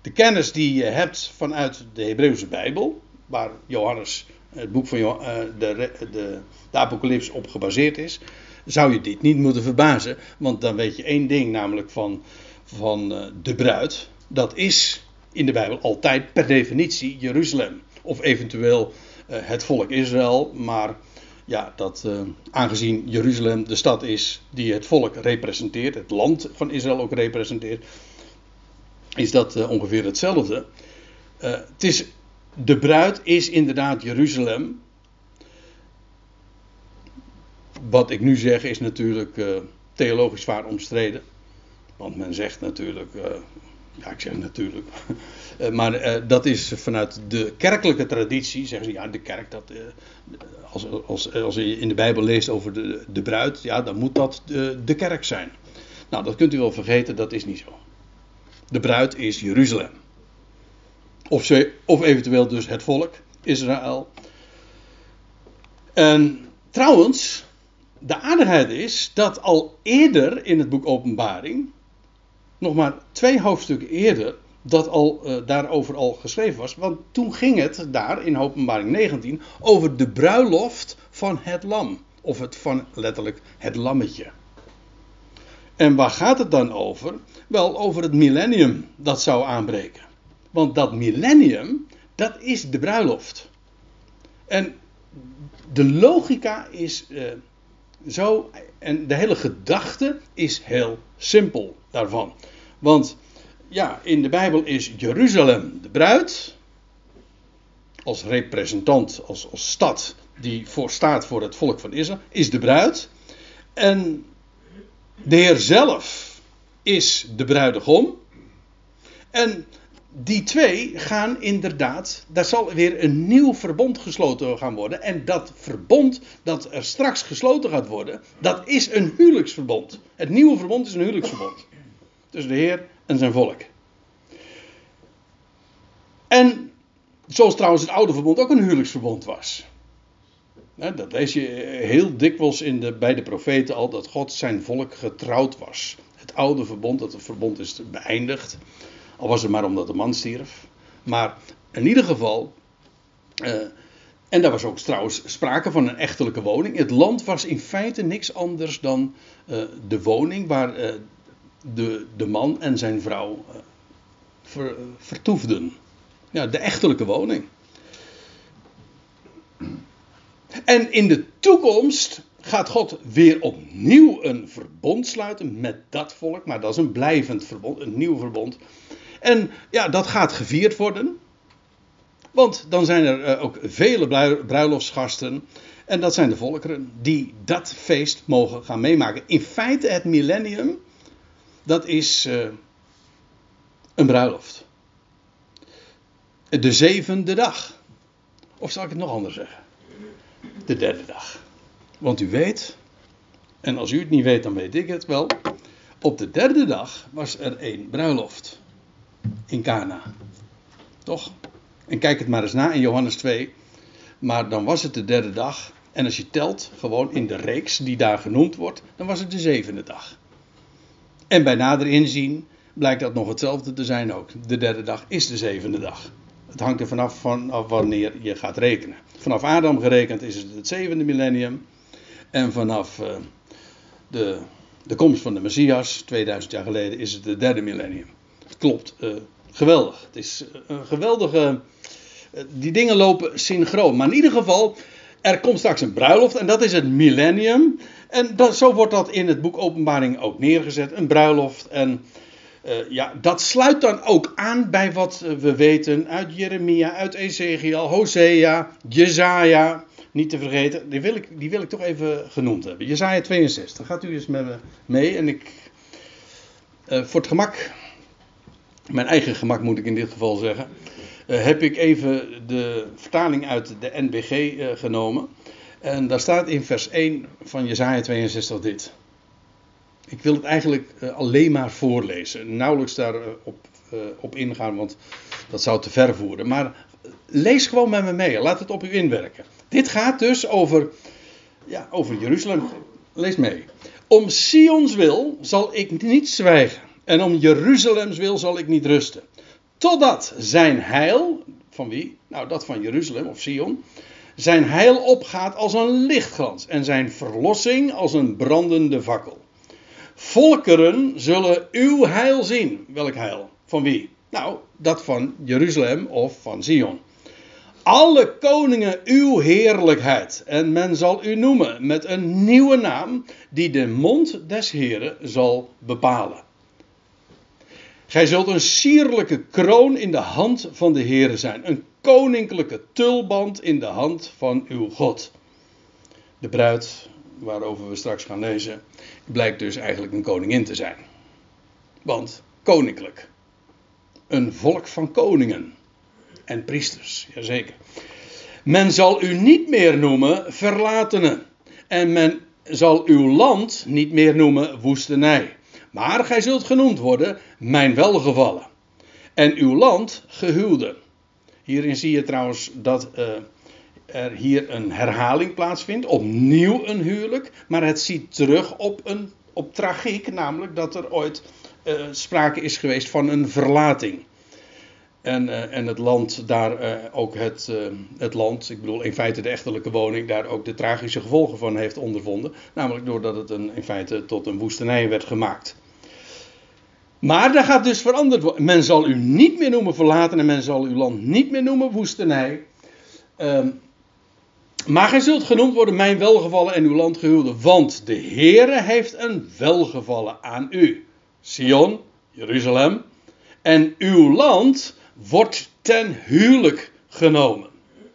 De kennis die je hebt vanuit de Hebreeuwse Bijbel, waar Johannes, het boek van de Apocalyps op gebaseerd is, zou je dit niet moeten verbazen. Want dan weet je één ding, namelijk van de bruid. Dat is in de Bijbel altijd per definitie Jeruzalem. Of eventueel het volk Israël. Maar ja, aangezien Jeruzalem de stad is die het volk representeert, het land van Israël ook representeert, is dat ongeveer hetzelfde. De bruid is inderdaad Jeruzalem. Wat ik nu zeg is natuurlijk theologisch zwaar omstreden. Want men zegt natuurlijk, ik zeg natuurlijk, maar dat is vanuit de kerkelijke traditie, zeggen ze, ja, de kerk, als je in de Bijbel leest over de bruid, ja, dan moet dat de kerk zijn. Nou, dat kunt u wel vergeten, dat is niet zo. De bruid is Jeruzalem. Of eventueel dus het volk, Israël. En trouwens, de aardigheid is dat al eerder in het boek Openbaring, nog maar 2 hoofdstukken eerder, dat daarover al geschreven was. Want toen ging het daar in Openbaring 19 over de bruiloft van het lam. Of letterlijk het lammetje. En waar gaat het dan over? Wel, over het millennium dat zou aanbreken. Want dat millennium, dat is de bruiloft. En de logica is zo, en de hele gedachte is heel simpel daarvan. Want ja, in de Bijbel is Jeruzalem de bruid, als representant, als stad die staat voor het volk van Israël, is de bruid. En de Heer zelf is de bruidegom. En die twee gaan inderdaad, daar zal weer een nieuw verbond gesloten gaan worden. En dat verbond dat er straks gesloten gaat worden, dat is een huwelijksverbond. Het nieuwe verbond is een huwelijksverbond. Tussen de Heer en zijn volk. En zoals trouwens het oude verbond ook een huwelijksverbond was. Dat lees je heel dikwijls bij de profeten al, dat God zijn volk getrouwd was. Het oude verbond, dat het verbond is beëindigd. Al was het maar omdat de man stierf. Maar in ieder geval, en daar was ook trouwens sprake van een echtelijke woning. Het land was in feite niks anders dan de woning waar de man en zijn vrouw vertoefden. Ja, de echtelijke woning. En in de toekomst gaat God weer opnieuw een verbond sluiten met dat volk. Maar dat is een blijvend verbond, een nieuw verbond. En ja, dat gaat gevierd worden. Want dan zijn er ook vele bruiloftsgasten. En dat zijn de volkeren die dat feest mogen gaan meemaken. In feite het millennium, dat is een bruiloft. De 7e dag. Of zal ik het nog anders zeggen? De 3e dag. Want u weet, en als u het niet weet dan weet ik het wel. Op de 3e dag was er een bruiloft. In Cana. Toch? En kijk het maar eens na in Johannes 2. Maar dan was het de 3e dag. En als je telt, gewoon in de reeks die daar genoemd wordt, dan was het de 7e dag. En bij nader inzien blijkt dat nog hetzelfde te zijn ook. De 3e dag is de 7e dag. Het hangt er vanaf wanneer je gaat rekenen. Vanaf Adam gerekend is het 7e millennium. En vanaf de komst van de Messias, 2000 jaar geleden, is het de 3e millennium. Het klopt, geweldig. Het is een geweldige... die dingen lopen synchroon. Maar in ieder geval, er komt straks een bruiloft en dat is het millennium. En zo wordt dat in het boek Openbaring ook neergezet. Een bruiloft. En dat sluit dan ook aan bij wat we weten uit Jeremia, uit Ezekiel, Hosea, Jesaja. Niet te vergeten, die wil ik toch even genoemd hebben. Jesaja 62. Gaat u eens met me mee. En voor het gemak, mijn eigen gemak moet ik in dit geval zeggen, heb ik even de vertaling uit de NBG genomen. En daar staat in vers 1 van Jesaja 62 dit. Ik wil het eigenlijk alleen maar voorlezen. Nauwelijks daarop op ingaan, want dat zou te ver voeren. Maar lees gewoon met me mee. Laat het op u inwerken. Dit gaat dus over Jeruzalem. Lees mee. Om Sions wil zal ik niet zwijgen. En om Jeruzalems wil zal ik niet rusten. totdat zijn heil, van wie? Nou, dat van Jeruzalem of Sion. Zijn heil opgaat als een lichtglans en zijn verlossing als een brandende fakkel. Volkeren zullen uw heil zien. Welk heil? Van wie? Nou, dat van Jeruzalem of van Sion. Alle koningen uw heerlijkheid. En men zal u noemen met een nieuwe naam die de mond des Heren zal bepalen. Gij zult een sierlijke kroon in de hand van de Heere zijn. Een koninklijke tulband in de hand van uw God. De bruid, waarover we straks gaan lezen, blijkt dus eigenlijk een koningin te zijn. Want koninklijk. Een volk van koningen. En priesters, jazeker. Men zal u niet meer noemen verlatenen. En men zal uw land niet meer noemen woestenij. Maar gij zult genoemd worden mijn welgevallen. En uw land gehuwde. Hierin zie je trouwens dat er hier een herhaling plaatsvindt. Opnieuw een huwelijk. Maar het ziet terug op tragiek. Namelijk dat er ooit sprake is geweest van een verlating. En het land daar ook het land, ik bedoel in feite de echterlijke woning, daar ook de tragische gevolgen van heeft ondervonden. Namelijk doordat het in feite tot een woestenij werd gemaakt. Maar daar gaat dus veranderd worden. Men zal u niet meer noemen verlaten en men zal uw land niet meer noemen woestenij. Maar gij zult genoemd worden mijn welgevallen en uw land gehuwde. Want de Heere heeft een welgevallen aan u. Sion, Jeruzalem. En uw land wordt ten huwelijk genomen.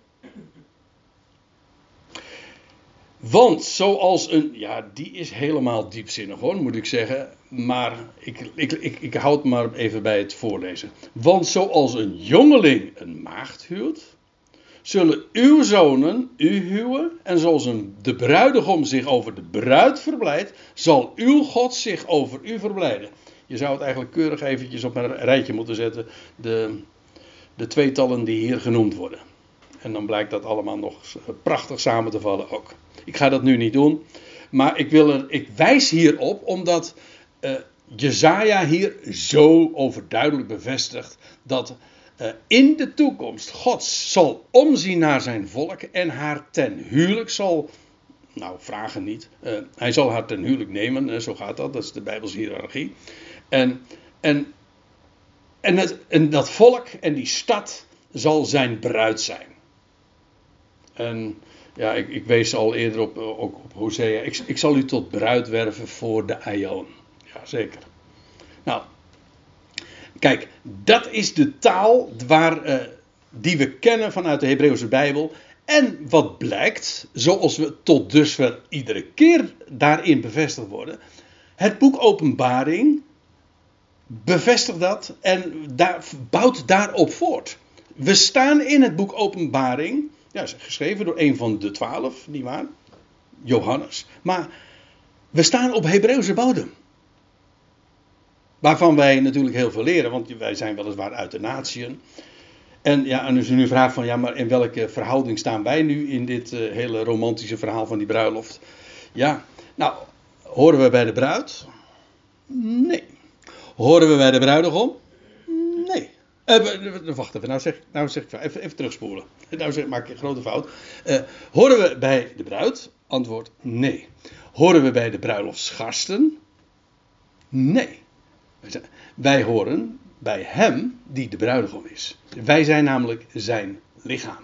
Want zoals een... Ja, die is helemaal diepzinnig hoor, moet ik zeggen. Maar ik houd het maar even bij het voorlezen. Want zoals een jongeling een maagd huwt, zullen uw zonen u huwen. En zoals de bruidegom zich over de bruid verblijdt, zal uw God zich over u verblijden. Je zou het eigenlijk keurig eventjes op een rijtje moeten zetten. De tweetallen die hier genoemd worden. En dan blijkt dat allemaal nog prachtig samen te vallen ook. Ik ga dat nu niet doen. Maar ik wijs hierop omdat Jesaja hier zo overduidelijk bevestigt. Dat in de toekomst God zal omzien naar zijn volk. En haar ten huwelijk zal... Nou, vragen niet. Hij zal haar ten huwelijk nemen. Zo gaat dat. Dat is de Bijbelse hiërarchie. En dat volk en die stad zal zijn bruid zijn. En ja, ik wees al eerder ook op Hosea. Ik zal u tot bruid werven voor de Aion. Ja, zeker. Nou, kijk, dat is de taal die we kennen vanuit de Hebreeuwse Bijbel. En wat blijkt, zoals we tot dusver iedere keer daarin bevestigd worden. Het boek Openbaring bevestigt dat en bouwt daarop voort. We staan in het boek Openbaring. Ja, is geschreven door een van de 12, nietwaar? Johannes. Maar we staan op Hebreeuwse bodem. Waarvan wij natuurlijk heel veel leren, want wij zijn weliswaar uit de natieën. En als u nu vraagt van, ja, maar in welke verhouding staan wij nu in dit hele romantische verhaal van die bruiloft? Ja, nou, horen we bij de bruid? Nee. Horen we bij de bruidegom? Nee. Wacht even, nou zeg ik even terugspoelen. Nou maak ik een grote fout. Horen we bij de bruid? Antwoord nee. Horen we bij de bruiloftsgasten? Nee. Wij horen bij hem die de bruidegom is. Wij zijn namelijk zijn lichaam.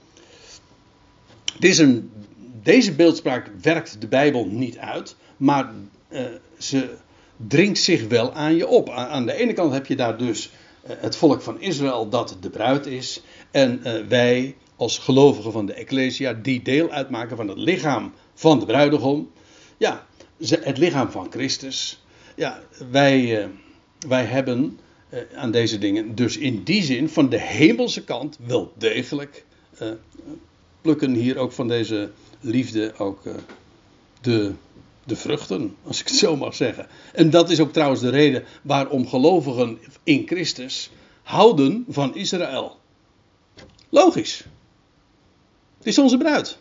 Deze beeldspraak werkt de Bijbel niet uit, maar ze dringt zich wel aan je op. Aan de ene kant heb je daar dus het volk van Israël dat de bruid is. En wij als gelovigen van de Ecclesia die deel uitmaken van het lichaam van de bruidegom. Ja, het lichaam van Christus. Ja, wij hebben aan deze dingen dus in die zin van de hemelse kant wel degelijk plukken hier ook van deze liefde ook de vruchten, als ik het zo mag zeggen. En dat is ook trouwens de reden waarom gelovigen in Christus houden van Israël. Logisch. Het is onze bruid.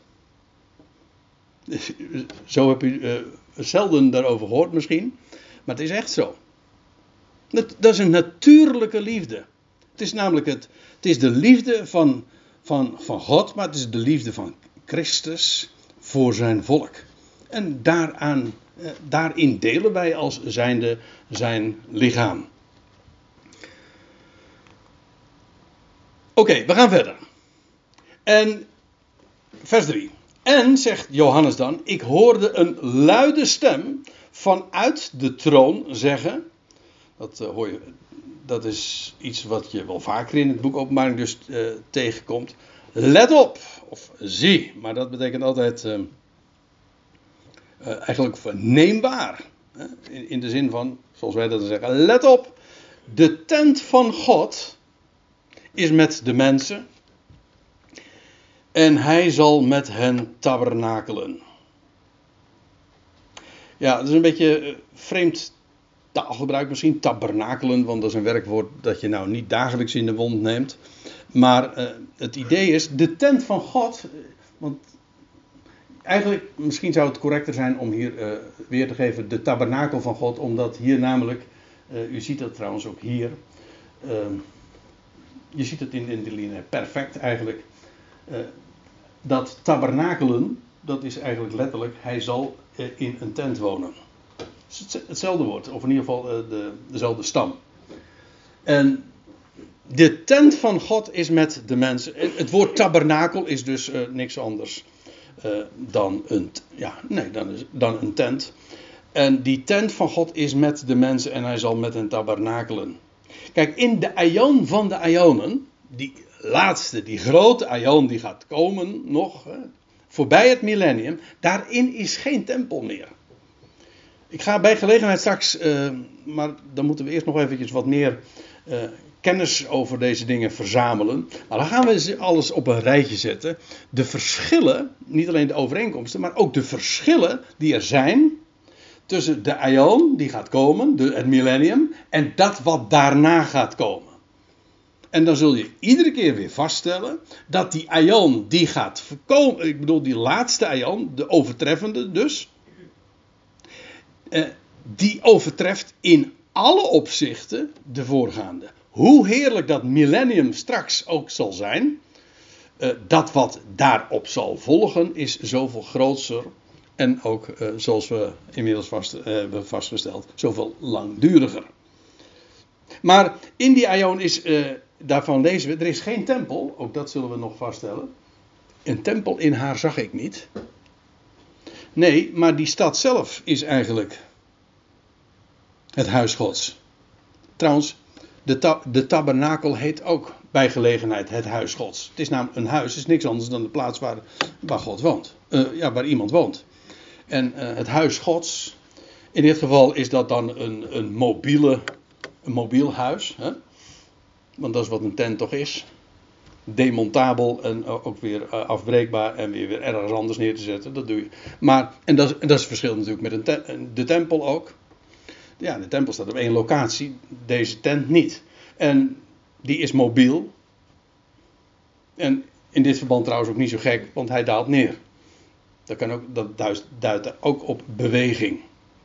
Zo heb u zelden daarover gehoord misschien. Maar het is echt zo. Dat is een natuurlijke liefde. Het is namelijk het is de liefde van God, maar het is de liefde van Christus voor zijn volk. En daarin delen wij als zijnde zijn lichaam. Oké, we gaan verder. En vers 3. En, zegt Johannes dan, ik hoorde een luide stem vanuit de troon zeggen. Dat is iets wat je wel vaker in het boek Openbaring dus tegenkomt. Let op, of zie, maar dat betekent altijd eigenlijk neem waar. In de zin van, zoals wij dat zeggen, let op, de tent van God is met de mensen en hij zal met hen tabernakelen. Ja, dat is een beetje vreemd taalgebruik misschien, tabernakelen, want dat is een werkwoord dat je nou niet dagelijks in de mond neemt. Maar het idee is, de tent van God, want eigenlijk, misschien zou het correcter zijn om hier weer te geven, de tabernakel van God, omdat hier namelijk, u ziet dat trouwens ook hier, je ziet het in de linie perfect eigenlijk, dat tabernakelen, dat is eigenlijk letterlijk, hij zal in een tent wonen. Het is hetzelfde woord, of in ieder geval dezelfde stam. En de tent van God is met de mensen. Het woord tabernakel is dus niks anders dan een tent. En die tent van God is met de mensen en hij zal met hen tabernakelen. Kijk, in de aion van de aionen, die laatste, die grote aion die gaat komen nog, voorbij het millennium, daarin is geen tempel meer. Ik ga bij gelegenheid straks, maar dan moeten we eerst nog eventjes wat meer kennis over deze dingen verzamelen. Maar dan gaan we alles op een rijtje zetten. De verschillen, niet alleen de overeenkomsten, maar ook de verschillen die er zijn tussen de aion die gaat komen, het millennium, en dat wat daarna gaat komen. En dan zul je iedere keer weer vaststellen dat die aion die gaat komen, ik bedoel die laatste aion, de overtreffende dus, die overtreft in alle opzichten de voorgaande. Hoe heerlijk dat millennium straks ook zal zijn, dat wat daarop zal volgen is zoveel grootser en ook, zoals we inmiddels hebben vastgesteld, zoveel langduriger. Maar in die aion is, daarvan lezen we, er is geen tempel, ook dat zullen we nog vaststellen. Een tempel in haar zag ik niet. Nee, maar die stad zelf is eigenlijk het huis Gods. Trouwens, de tabernakel heet ook bij gelegenheid het huis Gods. Het is namelijk een huis, is niks anders dan de plaats waar God woont. Waar iemand woont. En het huis Gods, in dit geval is dat dan een mobiel huis. Hè? Want dat is wat een tent toch is. Demontabel en ook weer afbreekbaar en weer ergens anders neer te zetten. Dat doe je. Maar, en dat is het verschil natuurlijk met de tempel ook. Ja, de tempel staat op één locatie, deze tent niet. En die is mobiel. En in dit verband trouwens ook niet zo gek, want hij daalt neer. Dat duidt er ook op beweging.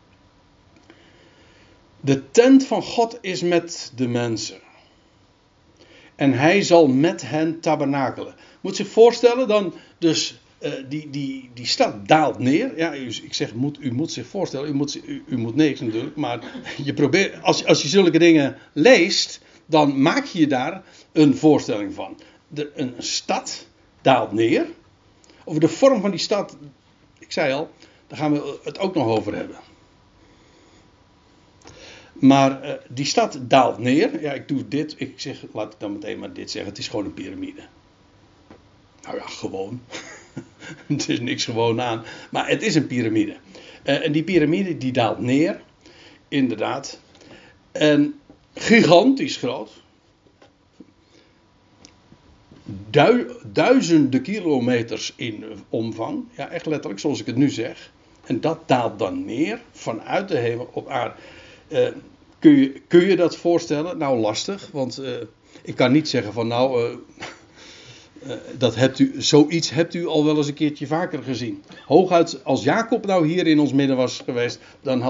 De tent van God is met de mensen. En hij zal met hen tabernakelen. Moet zich voorstellen dan dus die stad daalt neer. Ja, ik zeg u moet zich voorstellen. U moet niks natuurlijk. Maar je probeert, als je zulke dingen leest, dan maak je daar een voorstelling van. Een stad daalt neer. Over de vorm van die stad, ik zei al, daar gaan we het ook nog over hebben. Maar die stad daalt neer. Ja, ik doe dit. Ik zeg, laat ik dan meteen maar dit zeggen. Het is gewoon een piramide. Nou ja, gewoon. Het is niks gewoon aan. Maar het is een piramide. En die piramide die daalt neer. Inderdaad. En gigantisch groot. Duizenden kilometers in omvang. Ja, echt letterlijk zoals ik het nu zeg. En dat daalt dan neer vanuit de hemel op aarde. Kun je dat voorstellen? Nou, lastig. Want ik kan niet zeggen van zoiets hebt u al wel eens een keertje vaker gezien. Hooguit als Jacob nou hier in ons midden was geweest,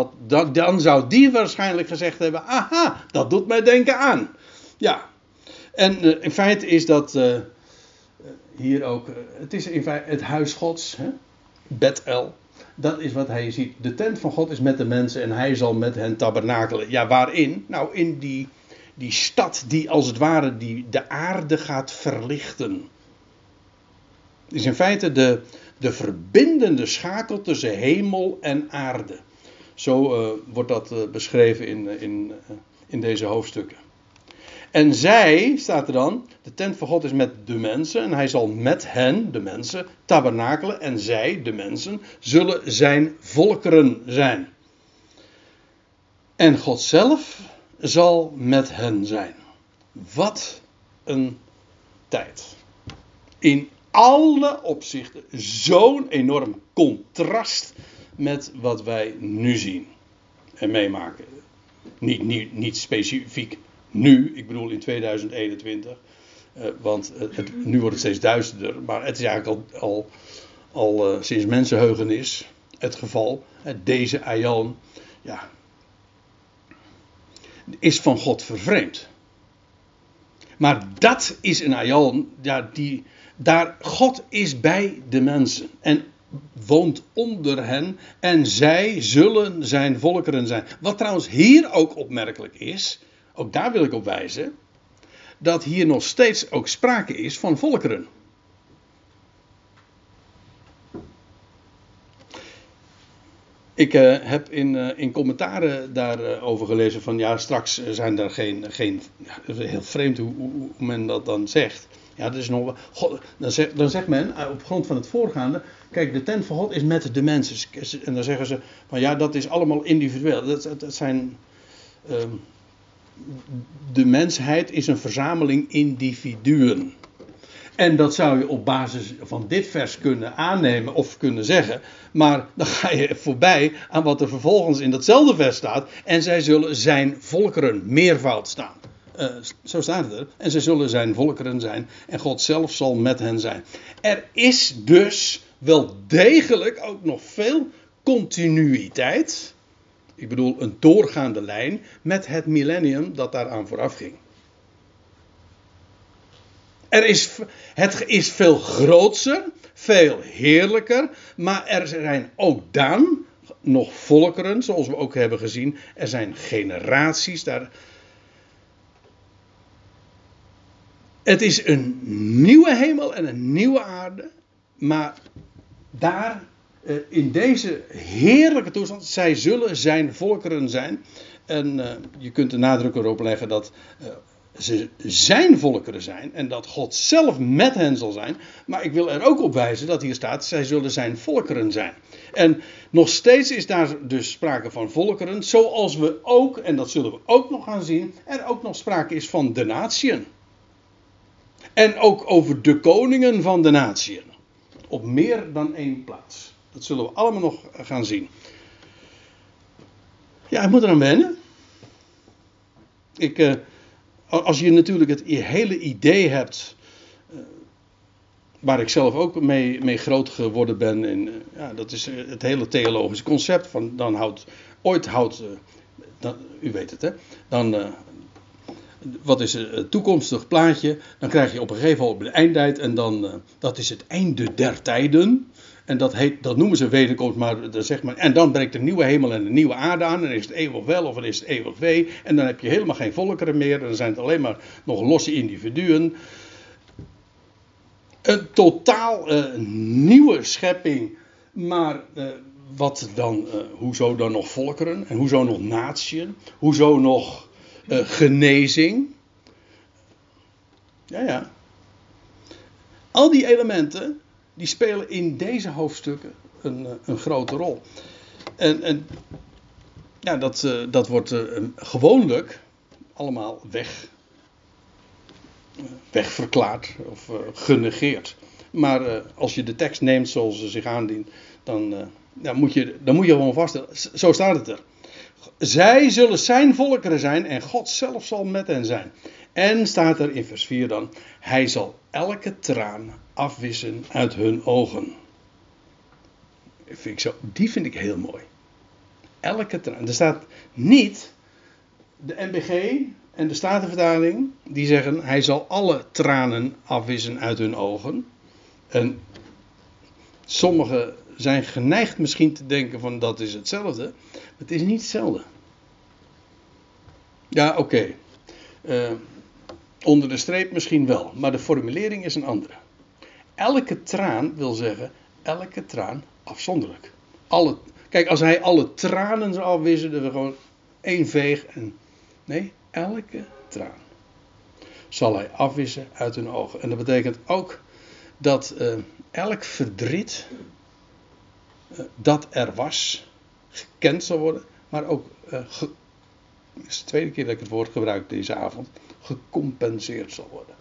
dan zou die waarschijnlijk gezegd hebben, aha, dat doet mij denken aan. Ja, En in feite is dat hier ook, het is in feite het huis Gods, hè? Bethel. Dat is wat hij ziet. De tent van God is met de mensen en hij zal met hen tabernakelen. Ja, waarin? Nou, in die stad die als het ware de aarde gaat verlichten. Het is in feite de verbindende schakel tussen hemel en aarde. Zo wordt dat beschreven in deze hoofdstukken. En zij, staat er dan, de tent van God is met de mensen en hij zal met hen, de mensen, tabernakelen. En zij, de mensen, zullen zijn volkeren zijn. En God zelf zal met hen zijn. Wat een tijd. In alle opzichten zo'n enorm contrast met wat wij nu zien en meemaken. Niet specifiek nu, ik bedoel in 2021. Want nu wordt het steeds duisterder. Maar het is eigenlijk al sinds mensenheugenis het geval. Deze aion is van God vervreemd. Maar dat is een aion, God is bij de mensen. En woont onder hen. En zij zullen zijn volkeren zijn. Wat trouwens hier ook opmerkelijk is. Ook daar wil ik op wijzen. Dat hier nog steeds ook sprake is van volkeren. Ik heb in commentaren daarover gelezen van ja, straks zijn er geen heel vreemd hoe men dat dan zegt. Ja, dat is nog dan zegt men op grond van het voorgaande, kijk, de tent van God is met de mensen. En dan zeggen ze van ja, dat is allemaal individueel. Dat zijn de mensheid is een verzameling individuen. En dat zou je op basis van dit vers kunnen aannemen of kunnen zeggen. Maar dan ga je voorbij aan wat er vervolgens in datzelfde vers staat. En zij zullen zijn volkeren, meervoud staan. Zo staat het er. En zij zullen zijn volkeren zijn. En God zelf zal met hen zijn. Er is dus wel degelijk ook nog veel continuïteit. Ik bedoel een doorgaande lijn met het millennium dat daaraan vooraf ging. Het is veel grootser, veel heerlijker, maar er zijn ook dan nog volkeren, zoals we ook hebben gezien. Er zijn generaties daar. Het is een nieuwe hemel en een nieuwe aarde, maar daar in deze heerlijke toestand, zij zullen zijn volkeren zijn. En je kunt de nadruk erop leggen dat ze zijn volkeren zijn en dat God zelf met hen zal zijn. Maar ik wil er ook op wijzen dat hier staat, zij zullen zijn volkeren zijn. En nog steeds is daar dus sprake van volkeren, zoals we ook, en dat zullen we ook nog gaan zien, er ook nog sprake is van de natieën. En ook over de koningen van de natieën. Op meer dan één plaats. Dat zullen we allemaal nog gaan zien. Ja, ik moet eraan wennen. Als je natuurlijk het hele idee hebt, waar ik zelf ook mee groot geworden ben, dat is het hele theologische concept van u weet het hè, wat is het toekomstig plaatje, dan krijg je op een gegeven moment de eindtijd en dan, dat is het einde der tijden. En dat noemen ze wederkomst, maar dan zegt men, en dan breekt een nieuwe hemel en een nieuwe aarde aan. En dan is het eeuwig wel of dan is het eeuwig wee. En dan heb je helemaal geen volkeren meer. Dan zijn het alleen maar nog losse individuen. Een totaal nieuwe schepping. Maar hoezo dan nog volkeren? En hoezo nog natieën? Hoezo nog genezing? Ja. Al die elementen, die spelen in deze hoofdstukken een grote rol. En dat wordt gewoonlijk allemaal wegverklaard of genegeerd. Maar als je de tekst neemt zoals ze zich aandient, dan moet je gewoon vaststellen. Zo staat het er. Zij zullen zijn volkeren zijn en God zelf zal met hen zijn. En staat er in vers 4 dan, hij zal elke traan afwissen uit hun ogen. Die vind ik heel mooi. Elke traan. Er staat niet, de NBG En de Statenvertaling, die zeggen, hij zal alle tranen afwissen uit hun ogen. En sommigen zijn geneigd misschien te denken van dat is hetzelfde. Maar het is niet hetzelfde. Ja, oké. Onder de streep misschien wel, maar de formulering is een andere. Elke traan wil zeggen, elke traan afzonderlijk. Kijk, als hij alle tranen zou afwissen, dan we gewoon één veeg. Nee, elke traan zal hij afwissen uit hun ogen. En dat betekent ook dat elk verdriet dat er was, gekend zal worden, maar ook, het is de tweede keer dat ik het woord gebruik deze avond, gecompenseerd zal worden.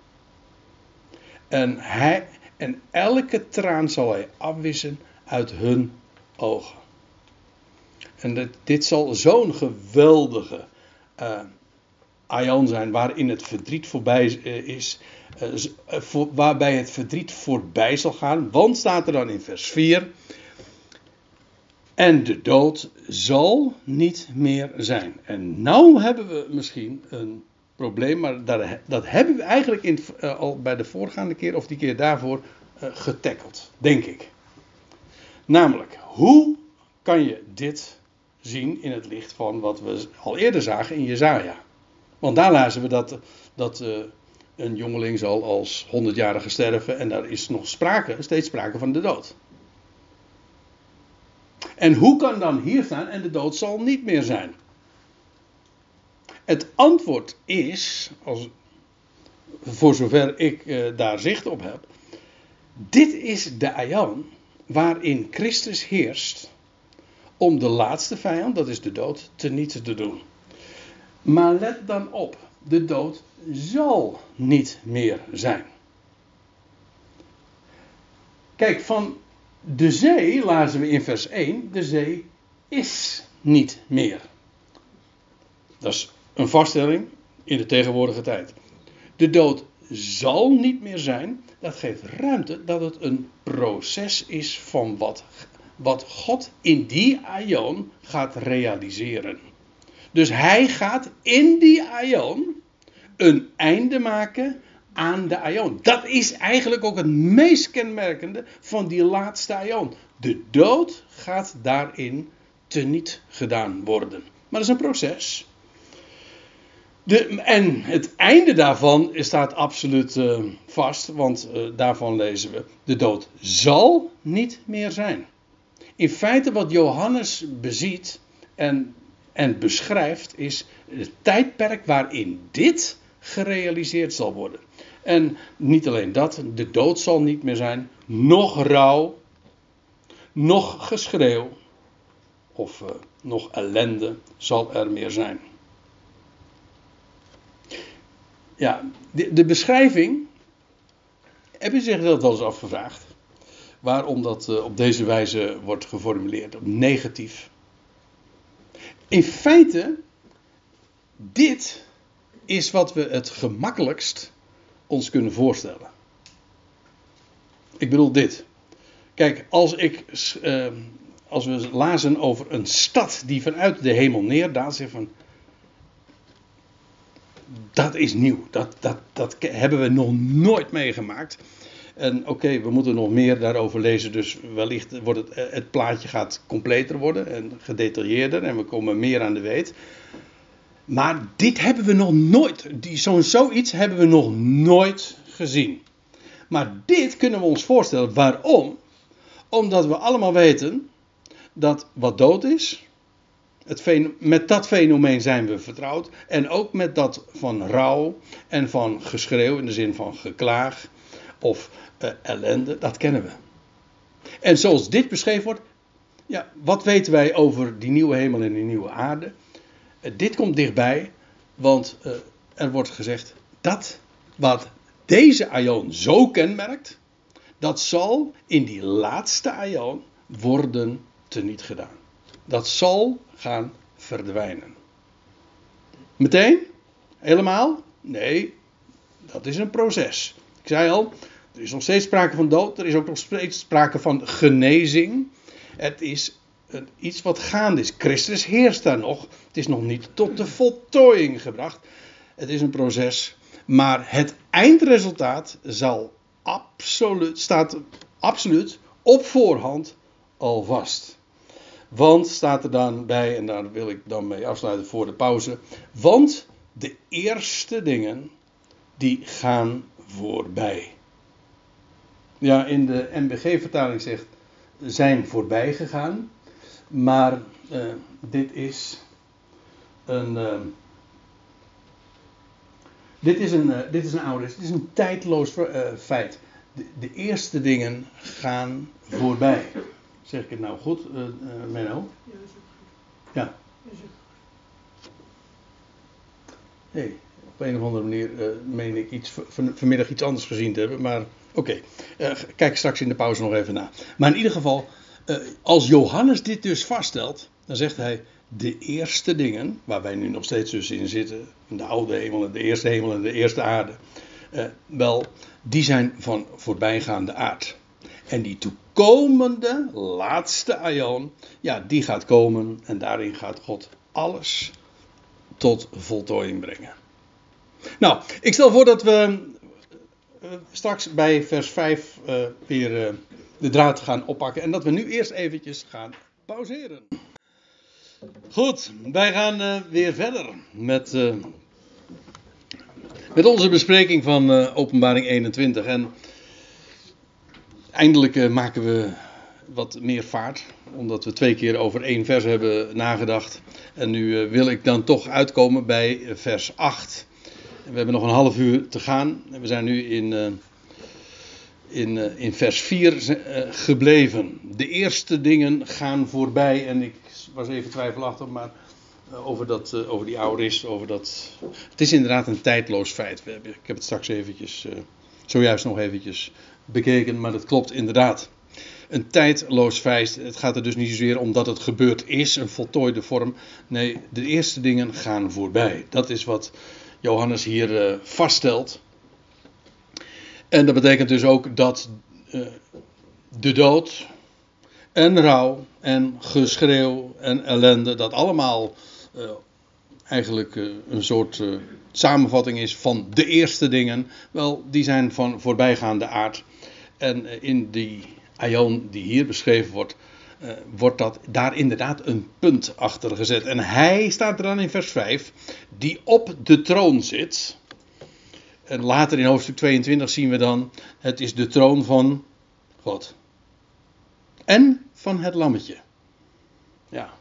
En elke traan zal hij afwissen uit hun ogen. En dit zal zo'n geweldige aion zijn waarin het verdriet voorbij is. Waarbij het verdriet voorbij zal gaan. Want staat er dan in vers 4. En de dood zal niet meer zijn. En nou hebben we misschien een probleem. Maar dat hebben we eigenlijk al bij de voorgaande keer of die keer daarvoor getackeld. Denk ik. Namelijk, hoe kan je dit zien in het licht van wat we al eerder zagen in Jesaja? Want daar lazen we dat een jongeling zal als 100-jarige sterven en daar is nog steeds sprake van de dood. En hoe kan dan hier staan en de dood zal niet meer zijn? Het antwoord is, voor zover ik daar zicht op heb, dit is de aion waarin Christus heerst om de laatste vijand, dat is de dood, teniet te doen. Maar let dan op, de dood zal niet meer zijn. Kijk, van de zee lazen we in vers 1, de zee is niet meer. Dat is een vaststelling in de tegenwoordige tijd. De dood zal niet meer zijn, dat geeft ruimte dat het een proces is van wat God in die aion gaat realiseren. Dus hij gaat in die aion een einde maken aan de aion. Dat is eigenlijk ook het meest kenmerkende van die laatste aion. De dood gaat daarin teniet gedaan worden. Maar dat is een proces. En het einde daarvan staat absoluut vast, want daarvan lezen we: de dood zal niet meer zijn. In feite wat Johannes beziet en beschrijft is het tijdperk waarin dit gerealiseerd zal worden. En niet alleen dat, de dood zal niet meer zijn, nog rouw, nog geschreeuw of nog ellende zal er meer zijn. Ja, de beschrijving, heb je zich dat wel eens afgevraagd? Waarom dat op deze wijze wordt geformuleerd, op negatief. In feite, dit is wat we het gemakkelijkst ons kunnen voorstellen. Ik bedoel dit. Kijk, als we lazen over een stad die vanuit de hemel neerdaalt, zeg van, dat is nieuw. Dat hebben we nog nooit meegemaakt. En oké, we moeten nog meer daarover lezen. Dus wellicht wordt het plaatje gaat completer worden en gedetailleerder. En we komen meer aan de weet. Maar dit hebben we nog nooit. Zoiets hebben we nog nooit gezien. Maar dit kunnen we ons voorstellen. Waarom? Omdat we allemaal weten dat wat dood is. Met dat fenomeen zijn we vertrouwd. En ook met dat van rouw en van geschreeuw in de zin van geklaag of ellende. Dat kennen we. En zoals dit beschreven wordt. Ja, wat weten wij over die nieuwe hemel en die nieuwe aarde? Dit komt dichtbij. Want er wordt gezegd dat wat deze aion zo kenmerkt. Dat zal in die laatste aion worden teniet gedaan. Dat zal gaan verdwijnen. Meteen? Helemaal? Nee, dat is een proces. Ik zei al, er is nog steeds sprake van dood. Er is ook nog steeds sprake van genezing. Het is iets wat gaande is. Christus heerst daar nog. Het is nog niet tot de voltooiing gebracht. Het is een proces. Maar het eindresultaat staat absoluut op voorhand al vast. Want staat er dan bij, en daar wil ik dan mee afsluiten voor de pauze. Want de eerste dingen die gaan voorbij. Ja, in de MBG-vertaling zegt zijn voorbij gegaan. Maar dit is een oude, het is een tijdloos feit. De eerste dingen gaan voorbij. Zeg ik het nou goed, Menno? Ja. Nee, op een of andere manier meen ik vanmiddag iets anders gezien te hebben. Maar oké, kijk straks in de pauze nog even na. Maar in ieder geval, als Johannes dit dus vaststelt, dan zegt hij de eerste dingen, waar wij nu nog steeds dus in zitten, de oude hemel en de eerste aarde, die zijn van voorbijgaande aard. En die toekomende laatste aion, ja, die gaat komen en daarin gaat God alles tot voltooiing brengen. Nou, ik stel voor dat we straks bij vers 5 weer de draad gaan oppakken en dat we nu eerst eventjes gaan pauzeren. Goed, wij gaan weer verder met onze bespreking van Openbaring 21 en eindelijk maken we wat meer vaart, omdat we 2 keer over 1 vers hebben nagedacht. En nu wil ik dan toch uitkomen bij vers 8. En we hebben nog een half uur te gaan. En we zijn nu in vers 4 gebleven. De eerste dingen gaan voorbij. En ik was even twijfelachtig, maar over die aorist, het is inderdaad een tijdloos feit. Ik heb het straks zojuist nog eventjes bekeken, maar dat klopt inderdaad. Een tijdloos feit. Het gaat er dus niet zozeer om dat het gebeurd is, een voltooide vorm. Nee, de eerste dingen gaan voorbij. Dat is wat Johannes hier vaststelt. En dat betekent dus ook dat de dood en rouw en geschreeuw en ellende, dat allemaal eigenlijk een soort samenvatting is van de eerste dingen. Wel, die zijn van voorbijgaande aard. En in die aion die hier beschreven wordt dat daar inderdaad een punt achter gezet. En hij staat er dan in vers 5, die op de troon zit. En later in hoofdstuk 22 zien we dan, het is de troon van God. En van het lammetje. Ja.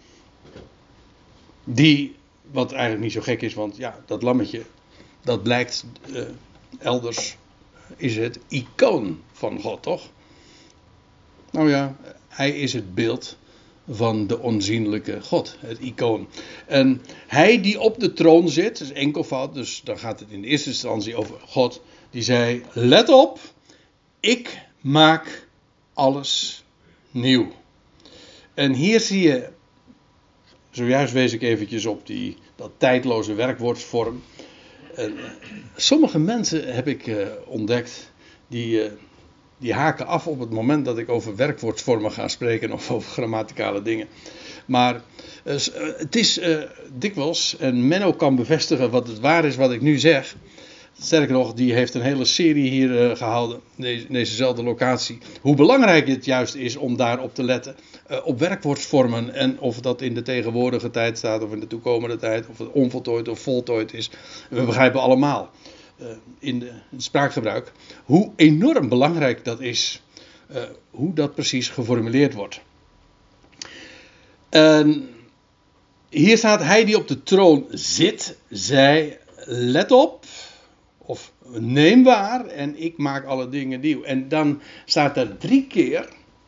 Wat eigenlijk niet zo gek is, want ja, dat lammetje, dat blijkt elders, is het icoon van God, toch? Nou ja, hij is het beeld van de onzienlijke God, het icoon. En hij die op de troon zit, is enkelvoud, dus dan gaat het in de eerste instantie over God, die zei, let op, ik maak alles nieuw. En hier zie je, zojuist wees ik eventjes op dat tijdloze werkwoordsvorm. En sommige mensen heb ik ontdekt, die haken af op het moment dat ik over werkwoordsvormen ga spreken of over grammaticale dingen. Maar het is dikwijls, en Menno kan bevestigen wat het waar is wat ik nu zeg. Sterker nog, die heeft een hele serie hier gehouden, dezezelfde locatie. Hoe belangrijk het juist is om daarop te letten. Op werkwoordsvormen en of dat in de tegenwoordige tijd staat of in de toekomende tijd. Of het onvoltooid of voltooid is. We begrijpen allemaal in het spraakgebruik hoe enorm belangrijk dat is. Hoe dat precies geformuleerd wordt. En hier staat hij die op de troon zit, zei, let op. Of neem waar en ik maak alle dingen nieuw. En dan staat er 3 keer,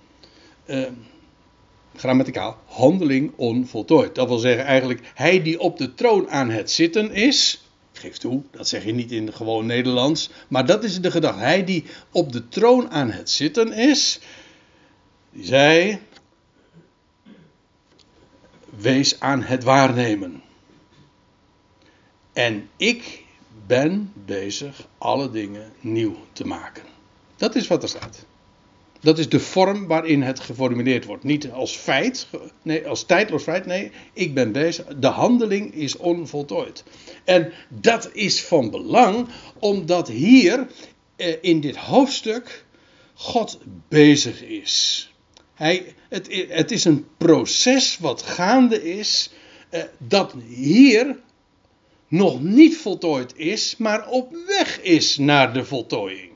grammaticaal, handeling onvoltooid. Dat wil zeggen eigenlijk, hij die op de troon aan het zitten is. Ik geef toe, dat zeg je niet in gewoon Nederlands. Maar dat is de gedachte. Hij die op de troon aan het zitten is. Die zei, wees aan het waarnemen. En ik ben bezig alle dingen nieuw te maken. Dat is wat er staat. Dat is de vorm waarin het geformuleerd wordt. Niet als feit, nee, als tijdloos feit. Nee, ik ben bezig. De handeling is onvoltooid. En dat is van belang, omdat hier in dit hoofdstuk God bezig is. Het is een proces wat gaande is, dat hier nog niet voltooid is, maar op weg is naar de voltooiing.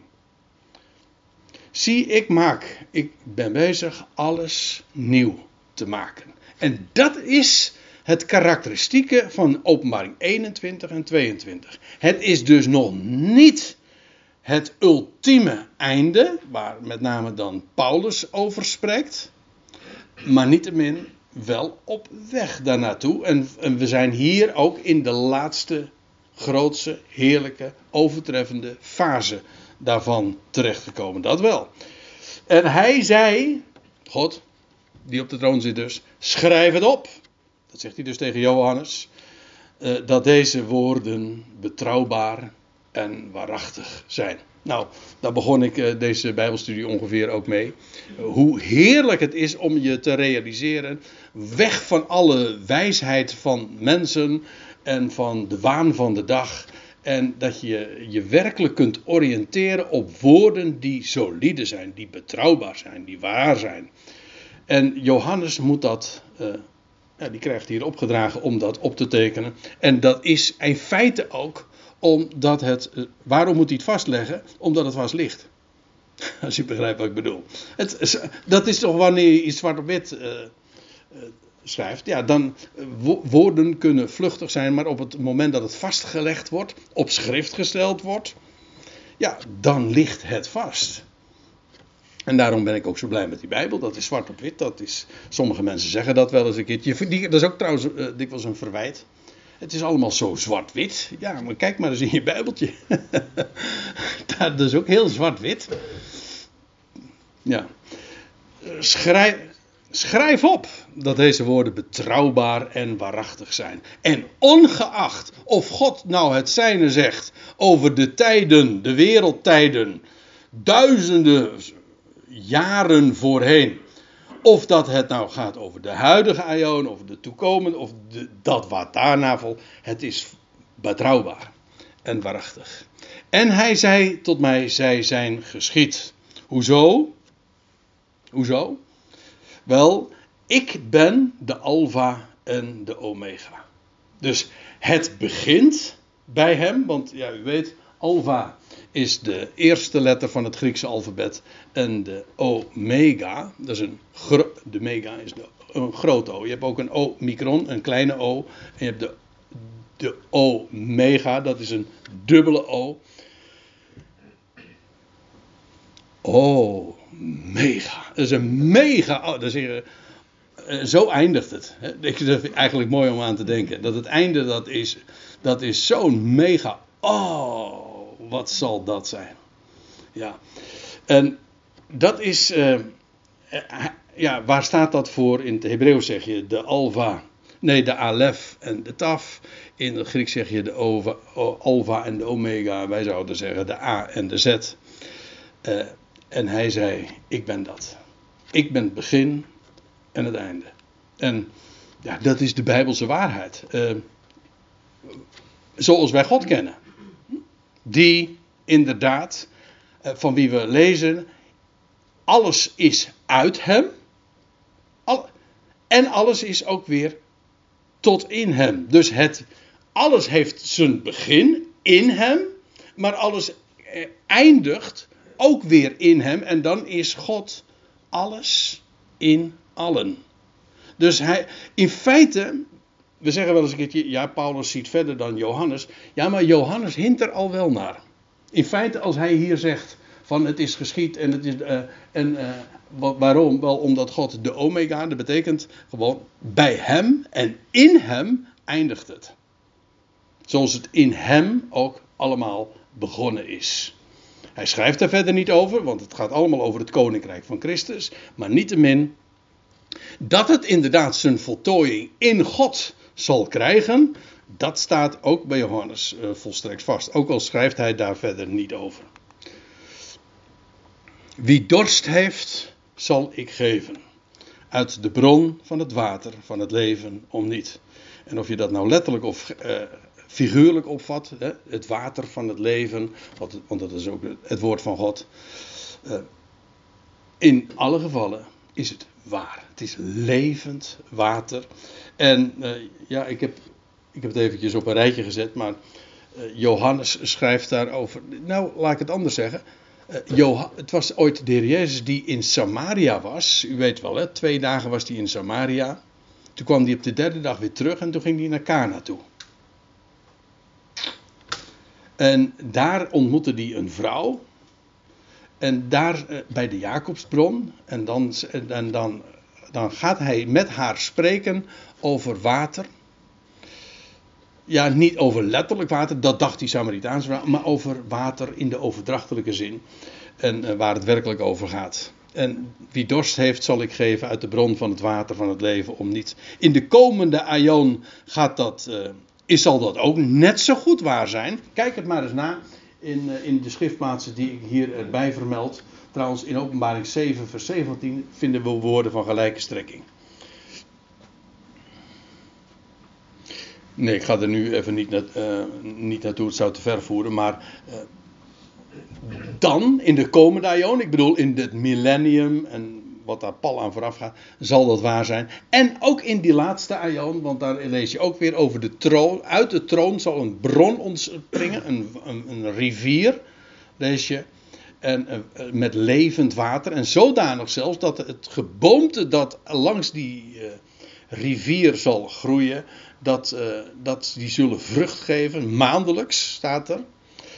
Zie, ik ben bezig alles nieuw te maken. En dat is het karakteristieke van Openbaring 21 en 22. Het is dus nog niet het ultieme einde, waar met name dan Paulus over spreekt, maar niettemin wel op weg daarnaartoe. En we zijn hier ook in de laatste, grootste, heerlijke, overtreffende fase daarvan terechtgekomen. Dat wel. En hij zei, God, die op de troon zit dus, schrijf het op. Dat zegt hij dus tegen Johannes. Dat deze woorden betrouwbaar en waarachtig zijn. Nou, daar begon ik deze Bijbelstudie ongeveer ook mee. Hoe heerlijk het is om je te realiseren. Weg van alle wijsheid van mensen en van de waan van de dag. En dat je je werkelijk kunt oriënteren op woorden die solide zijn, die betrouwbaar zijn, die waar zijn. En Johannes moet dat, die krijgt hier opgedragen om dat op te tekenen. En dat is in feite ook omdat waarom moet hij het vastleggen? Omdat het vast ligt. Als je begrijpt wat ik bedoel. Dat is toch wanneer je iets zwart op wit schrijft. Ja, dan woorden kunnen vluchtig zijn, maar op het moment dat het vastgelegd wordt, op schrift gesteld wordt, ja, dan ligt het vast. En daarom ben ik ook zo blij met die Bijbel. Dat is zwart op wit. Sommige mensen zeggen dat wel eens een keertje. Dat is ook trouwens dikwijls een verwijt. Het is allemaal zo zwart-wit. Ja, maar kijk maar eens in je Bijbeltje. Dat is ook heel zwart-wit. Ja. Schrijf op dat deze woorden betrouwbaar en waarachtig zijn. En ongeacht of God nou het zijne zegt over de tijden, de wereldtijden, duizenden jaren voorheen. Of dat het nou gaat over de huidige aion, over de toekomende, of dat wat daarna volgt. Het is betrouwbaar en waarachtig. En hij zei tot mij, zij zijn geschied. Hoezo? Hoezo? Wel, ik ben de Alpha en de Omega. Dus het begint bij hem, want ja, u weet, Alpha is de eerste letter van het Griekse alfabet. En de Omega, dat is de mega is een grote O. Je hebt ook een omicron, een kleine O. En je hebt de Omega, dat is een dubbele O. Mega. Dat is een mega. Zo eindigt het. Dat is eigenlijk mooi om aan te denken. Dat het einde, dat is zo'n mega. Wat zal dat zijn? Ja. En dat is. Waar staat dat voor? In het Hebreeuws zeg je de Alpha. Nee, de Alef en de Taf. In het Grieks zeg je de Alpha en de Omega. Wij zouden zeggen de A en de Z. En hij zei, ik ben dat. Ik ben het begin en het einde. En ja, dat is de Bijbelse waarheid. Zoals wij God kennen. Die inderdaad, van wie we lezen, alles is uit hem. En alles is ook weer tot in hem. Dus alles heeft zijn begin in hem. Maar alles eindigt ook weer in hem. En dan is God alles in allen. Dus in feite, we zeggen wel eens een keertje, ja, Paulus ziet verder dan Johannes. Ja, maar Johannes hint er al wel naar. In feite, als hij hier zegt van het is geschied en het is. Waarom? Wel omdat God de Omega, dat betekent gewoon bij hem en in hem eindigt het. Zoals het in hem ook allemaal begonnen is. Hij schrijft er verder niet over, want het gaat allemaal over het koninkrijk van Christus. Maar niettemin, dat het inderdaad zijn voltooiing in God zal krijgen, dat staat ook bij Johannes volstrekt vast. Ook al schrijft hij daar verder niet over. Wie dorst heeft, zal ik geven. Uit de bron van het water, van het leven, om niet. En of je dat nou letterlijk of figuurlijk opvat, hè, het water van het leven, want dat is ook het woord van God. In alle gevallen is het waar. Het is levend water. En ja, ik heb het eventjes op een rijtje gezet, maar Johannes schrijft daarover. Nou, laat ik het anders zeggen. Het was ooit de Heer Jezus die in Samaria was. U weet wel, hè, 2 dagen was hij in Samaria. Toen kwam hij op de 3e dag weer terug en toen ging hij naar Kana toe. En daar ontmoette hij een vrouw. En daar bij de Jacobsbron. En dan gaat hij met haar spreken over water. Ja, niet over letterlijk water, dat dacht die Samaritaanse vrouw, maar over water in de overdrachtelijke zin. En waar het werkelijk over gaat. En wie dorst heeft, zal ik geven uit de bron van het water van het leven om niet. In de komende aion zal dat ook net zo goed waar zijn. Kijk het maar eens na in de schriftplaatsen die ik hier erbij vermeld. Trouwens, in Openbaring 7 vers 17 vinden we woorden van gelijke strekking. Nee, ik ga er nu even niet naartoe, het zou te ver voeren, maar dan in de komende aion, ik bedoel in het millennium en wat daar pal aan vooraf gaat, zal dat waar zijn. En ook in die laatste aion, want daar lees je ook weer over de troon. Uit de troon zal een bron ontspringen, een rivier, lees je. En met levend water. En zodanig zelfs dat het geboomte dat langs die rivier zal groeien, dat die zullen vrucht geven, maandelijks staat er.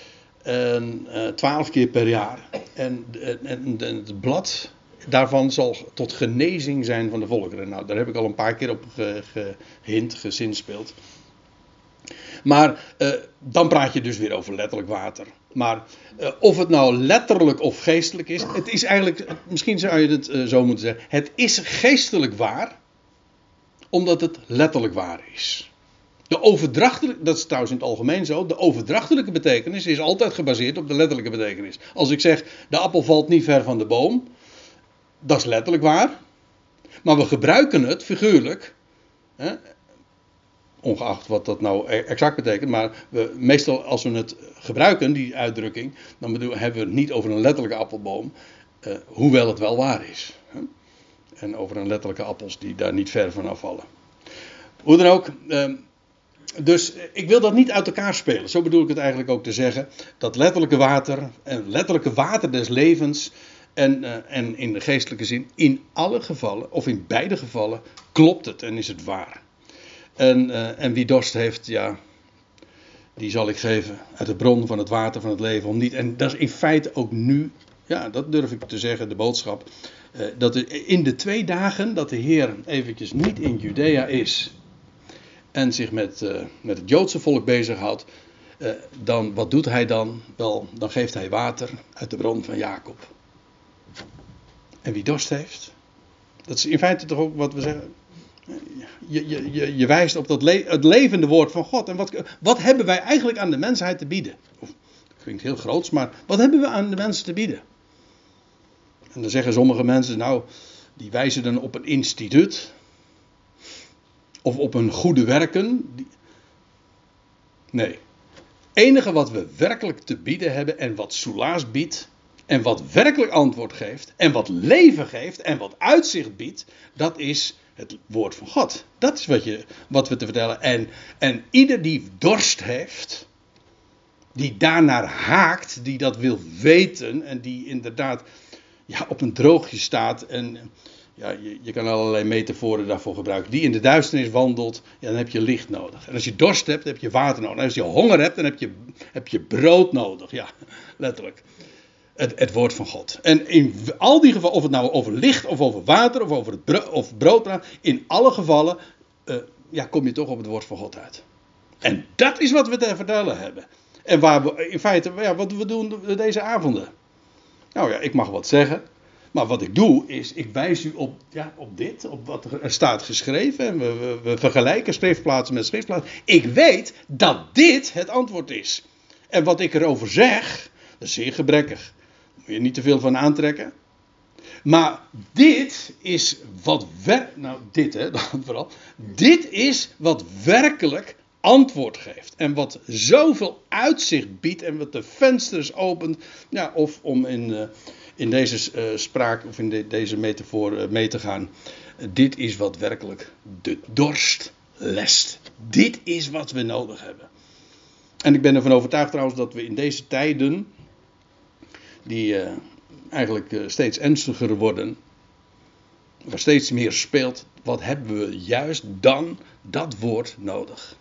12 keer per jaar. En het blad daarvan zal tot genezing zijn van de volkeren. Nou, daar heb ik al een paar keer op gezinspeeld. Maar dan praat je dus weer over letterlijk water. Maar of het nou letterlijk of geestelijk is, het is eigenlijk, misschien zou je het zo moeten zeggen, het is geestelijk waar, omdat het letterlijk waar is. De overdrachtelijke, dat is trouwens in het algemeen zo, de overdrachtelijke betekenis is altijd gebaseerd op de letterlijke betekenis. Als ik zeg, de appel valt niet ver van de boom, dat is letterlijk waar. Maar we gebruiken het figuurlijk, hè, ongeacht wat dat nou exact betekent, maar meestal als we het gebruiken, die uitdrukking, dan hebben we het niet over een letterlijke appelboom, hoewel het wel waar is. Hè? En over een letterlijke appels die daar niet ver van afvallen. Hoe dan ook, dus ik wil dat niet uit elkaar spelen. Zo bedoel ik het eigenlijk ook te zeggen, dat letterlijke water des levens en in de geestelijke zin, in alle gevallen, of in beide gevallen, klopt het en is het waar. En wie dorst heeft, ja, die zal ik geven uit de bron van het water van het leven om niet. En dat is in feite ook nu, ja, dat durf ik te zeggen, de boodschap. Dat in de 2 dagen dat de Heer eventjes niet in Judea is en zich met het Joodse volk bezighoudt, dan wat doet hij dan? Wel, dan geeft hij water uit de bron van Jacob. En wie dorst heeft, dat is in feite toch ook wat we zeggen. Je wijst op het levende woord van God. En wat hebben wij eigenlijk aan de mensheid te bieden? Dat klinkt heel groots, maar wat hebben we aan de mensen te bieden? En dan zeggen sommige mensen, nou, die wijzen dan op een instituut. Of op een goede werken. Nee. Het enige wat we werkelijk te bieden hebben en wat soelaas biedt. En wat werkelijk antwoord geeft. En wat leven geeft. En wat uitzicht biedt. Dat is het woord van God. Dat is wat we te vertellen. En ieder die dorst heeft. Die daarnaar haakt. Die dat wil weten. En die inderdaad op een droogje staat. En ja, je kan allerlei metaforen daarvoor gebruiken. Die in de duisternis wandelt. Ja, dan heb je licht nodig. En als je dorst hebt, heb je water nodig. En als je honger hebt, dan heb je brood nodig. Ja, letterlijk. Het woord van God. En in al die gevallen, of het nou over licht of over water of over of brood praat, in alle gevallen kom je toch op het woord van God uit. En dat is wat we te vertellen hebben. En waar we in feite, wat we doen deze avonden. Nou ja, ik mag wat zeggen. Maar wat ik doe is, ik wijs u op dit, op wat er staat geschreven. En we vergelijken schriftplaatsen met schriftplaatsen. Ik weet dat dit het antwoord is. En wat ik erover zeg, dat is zeer gebrekkig. Moet je niet te veel van aantrekken. Maar dit is wat vooral. Dit is wat werkelijk antwoord geeft. En wat zoveel uitzicht biedt en wat de vensters opent. Ja, of om in deze spraak of in deze metafoor mee te gaan. Dit is wat werkelijk de dorst lest. Dit is wat we nodig hebben. En ik ben ervan overtuigd trouwens dat we in deze tijden, die eigenlijk steeds ernstiger worden, waar steeds meer speelt, wat hebben we juist dan dat woord nodig.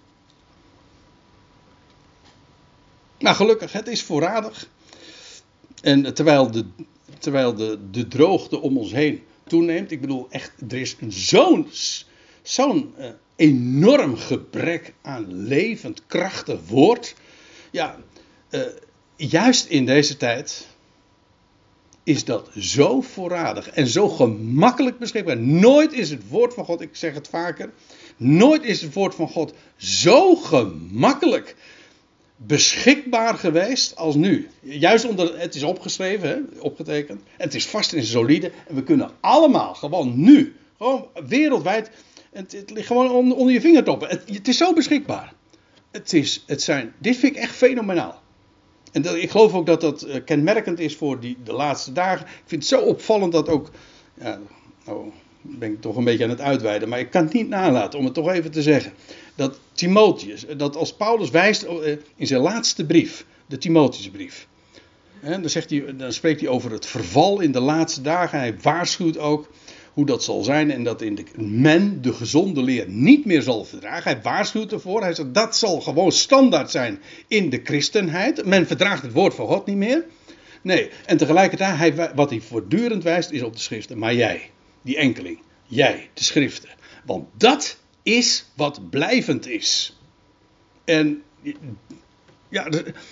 Nou gelukkig, het is voorradig. En terwijl de droogte om ons heen toeneemt, ik bedoel echt, er is zo'n enorm gebrek aan levend krachtig woord. Ja, juist in deze tijd is dat zo voorradig en zo gemakkelijk beschikbaar. Nooit is het woord van God, ik zeg het vaker, nooit is het woord van God zo gemakkelijk beschikbaar geweest als nu. Juist omdat het is opgeschreven, hè, opgetekend. En het is vast en solide. En we kunnen allemaal gewoon nu, gewoon wereldwijd, het ligt gewoon onder je vingertoppen. Het is zo beschikbaar. Dit vind ik echt fenomenaal. En ik geloof ook dat dat kenmerkend is voor de laatste dagen. Ik vind het zo opvallend dat ook, ja, nou ben ik toch een beetje aan het uitweiden, maar ik kan het niet nalaten om het toch even te zeggen. Dat Timotheus, dat als Paulus wijst in zijn laatste brief, de Timotheusbrief. Dan spreekt hij over het verval in de laatste dagen. Hij waarschuwt ook hoe dat zal zijn en dat men de gezonde leer niet meer zal verdragen. Hij waarschuwt ervoor. Hij zegt dat zal gewoon standaard zijn in de christenheid. Men verdraagt het woord van God niet meer. Nee, en tegelijkertijd, wat hij voortdurend wijst is op de schriften. Maar jij, die enkeling, jij, de schriften. Want dat is wat blijvend is. En ja,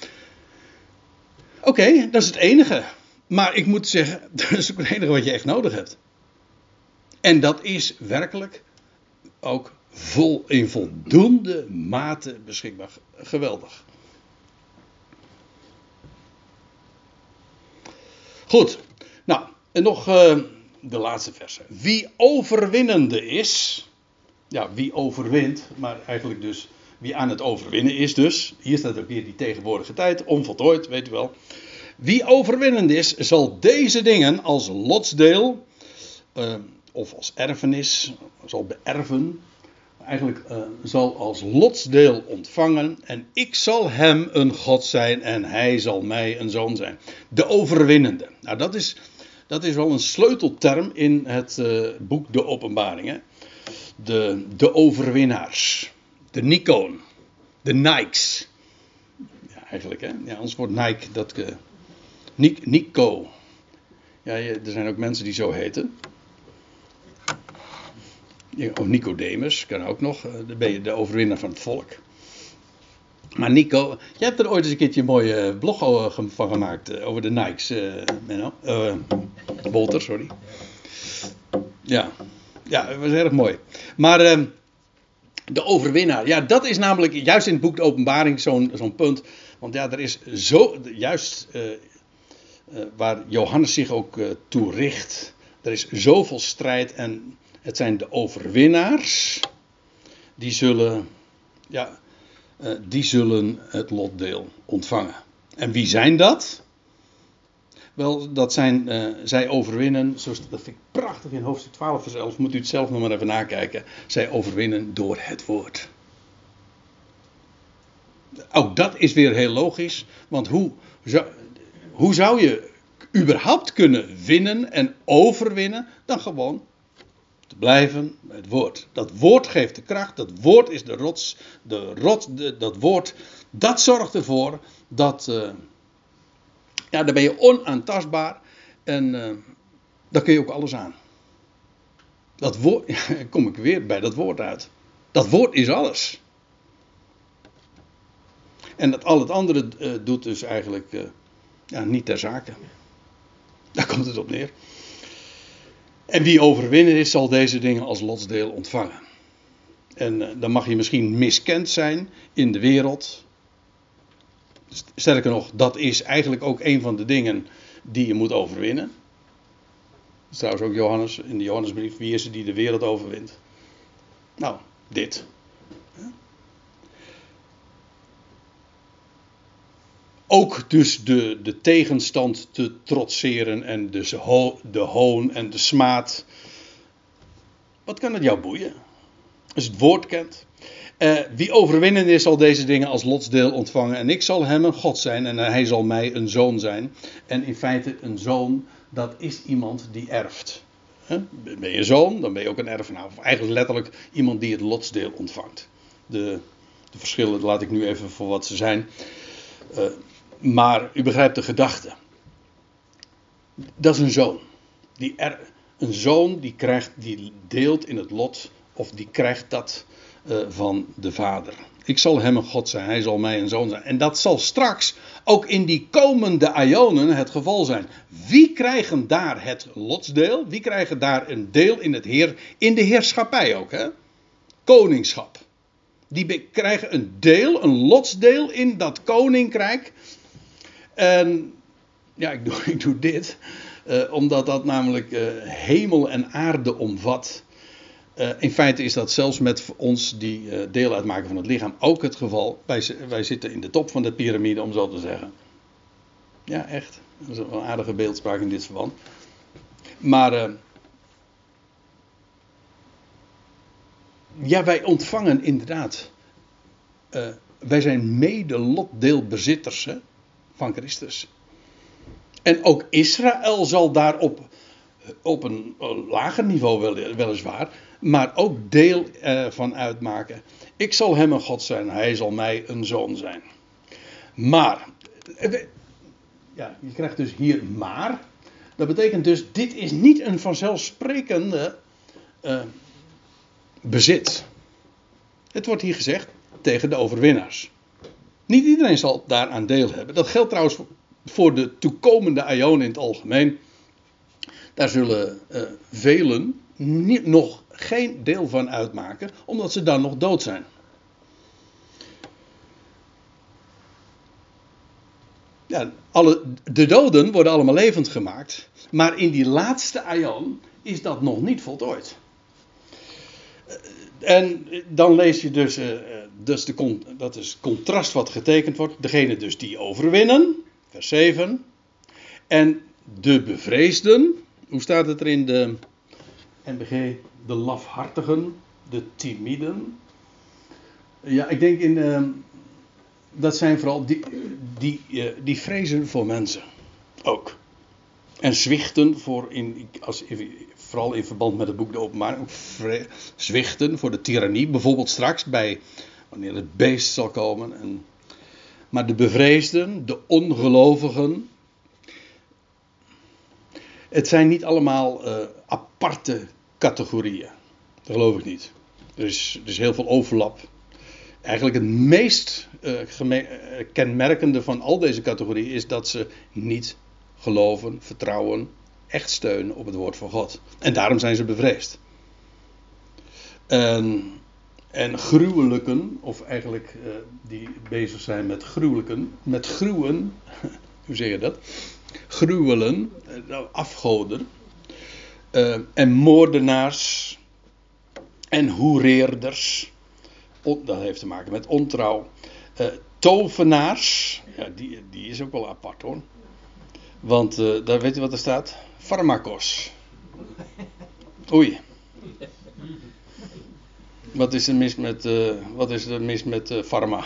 oké, dat is het enige. Maar ik moet zeggen, dat is ook het enige wat je echt nodig hebt. En dat is werkelijk ook in voldoende mate beschikbaar. Geweldig. Goed, nou, en nog de laatste verse. Wie overwinnende is, ja, wie overwint, maar eigenlijk dus wie aan het overwinnen is dus. Hier staat ook weer die tegenwoordige tijd, onvoltooid, weet u wel. Wie overwinnend is, zal deze dingen als lotsdeel, of als erfenis, zal beërven, eigenlijk zal als lotsdeel ontvangen. En ik zal hem een God zijn en hij zal mij een zoon zijn. De overwinnende. Nou, dat is wel een sleutelterm in het boek De Openbaring. Hè? De overwinnaars. De Nikon. De Nikes. Ja, eigenlijk hè. Ja, ons wordt Nike Nico. Ja, er zijn ook mensen die zo heten. Of Nicodemus, kan ook nog. Dan ben je de overwinnaar van het volk. Maar Nico, jij hebt er ooit eens een keertje een mooie blog van gemaakt over de Nikes, Menno. Walter, sorry. Ja, het was erg mooi. Maar de overwinnaar, ja, dat is namelijk juist in het boek De Openbaring zo'n punt. Want ja, er is juist waar Johannes zich ook toe richt. Er is zoveel strijd en het zijn de overwinnaars die zullen het lotdeel ontvangen. En wie zijn dat? Wel, dat zijn, zij overwinnen, dat vind ik prachtig in hoofdstuk 12 vers 11, moet u het zelf nog maar even nakijken. Zij overwinnen door het woord. Ook dat is weer heel logisch, want hoe zou je überhaupt kunnen winnen en overwinnen dan gewoon te blijven bij het woord. Dat woord geeft de kracht, dat woord is de rots, dat woord, dat zorgt ervoor dat, dan ben je onaantastbaar en dan kun je ook alles aan. Dat woord, kom ik weer bij dat woord uit. Dat woord is alles. En al het andere doet dus eigenlijk niet ter zake. Daar komt het op neer. En wie overwinnen is, zal deze dingen als lotsdeel ontvangen. En dan mag je misschien miskend zijn in de wereld. Sterker nog, dat is eigenlijk ook een van de dingen die je moet overwinnen. Dat is trouwens ook Johannes, in de Johannesbrief. Wie is het die de wereld overwint? Nou, dit. Ook dus de tegenstand te trotseren en dus de hoon en de smaad. Wat kan het jou boeien? Als je het woord kent. Wie overwinnen is, zal deze dingen als lotsdeel ontvangen. En ik zal hem een God zijn en hij zal mij een zoon zijn. En in feite een zoon, dat is iemand die erft. Ben je zoon, dan ben je ook een erfenaar. Of eigenlijk letterlijk iemand die het lotsdeel ontvangt. De verschillen laat ik nu even voor wat ze zijn. Maar u begrijpt de gedachte. Dat is een zoon. Een zoon die deelt in het lot. Of die krijgt dat van de vader. Ik zal hem een God zijn. Hij zal mij een zoon zijn. En dat zal straks ook in die komende aionen het geval zijn. Wie krijgen daar het lotsdeel? Wie krijgen daar een deel in de heerschappij ook? Hè? Koningschap. Die krijgen een deel, een lotsdeel in dat koninkrijk. En ja, ik doe dit. Omdat dat namelijk hemel en aarde omvat. In feite is dat zelfs met ons die deel uitmaken van het lichaam ook het geval. Wij zitten in de top van de piramide, om zo te zeggen. Ja, echt. Dat is een aardige beeldspraak in dit verband. Maar ja, wij ontvangen inderdaad. Wij zijn mede lotdeelbezitters van Christus. En ook Israël zal daar op een lager niveau weliswaar, maar ook deel van uitmaken. Ik zal hem een God zijn, hij zal mij een zoon zijn. Maar, ja, je krijgt dus hier maar. Dat betekent dus, dit is niet een vanzelfsprekende bezit. Het wordt hier gezegd tegen de overwinnaars. Niet iedereen zal daaraan deel hebben. Dat geldt trouwens voor de toekomende aion in het algemeen. Daar zullen velen nog geen deel van uitmaken, omdat ze dan nog dood zijn. Ja, de doden worden allemaal levend gemaakt, maar in die laatste aion is dat nog niet voltooid. En dan lees je dus, dat is het contrast wat getekend wordt. Degene dus die overwinnen, vers 7. En de bevreesden, hoe staat het er in de NBG? De lafhartigen, de timiden. Ja, ik denk dat zijn vooral die vrezen voor mensen. Ook. En zwichten vooral in verband met het boek De Openbaring. Ook zwichten voor de tirannie. Bijvoorbeeld straks wanneer het beest zal komen. Maar de bevreesden, de ongelovigen. Het zijn niet allemaal aparte categorieën. Dat geloof ik niet. Er is heel veel overlap. Eigenlijk het meest kenmerkende van al deze categorieën is dat ze niet geloven, vertrouwen, echt steunen op het woord van God. En daarom zijn ze bevreesd. En gruwelijken, of eigenlijk die bezig zijn met gruwelijken, met gruwen, hoe zeg je dat? Gruwelen, afgoden, en moordenaars, en hoereerders, dat heeft te maken met ontrouw, tovenaars, ja, die is ook wel apart hoor. Want daar weet je wat er staat? Pharmakos. Oei. Wat is er mis met pharma?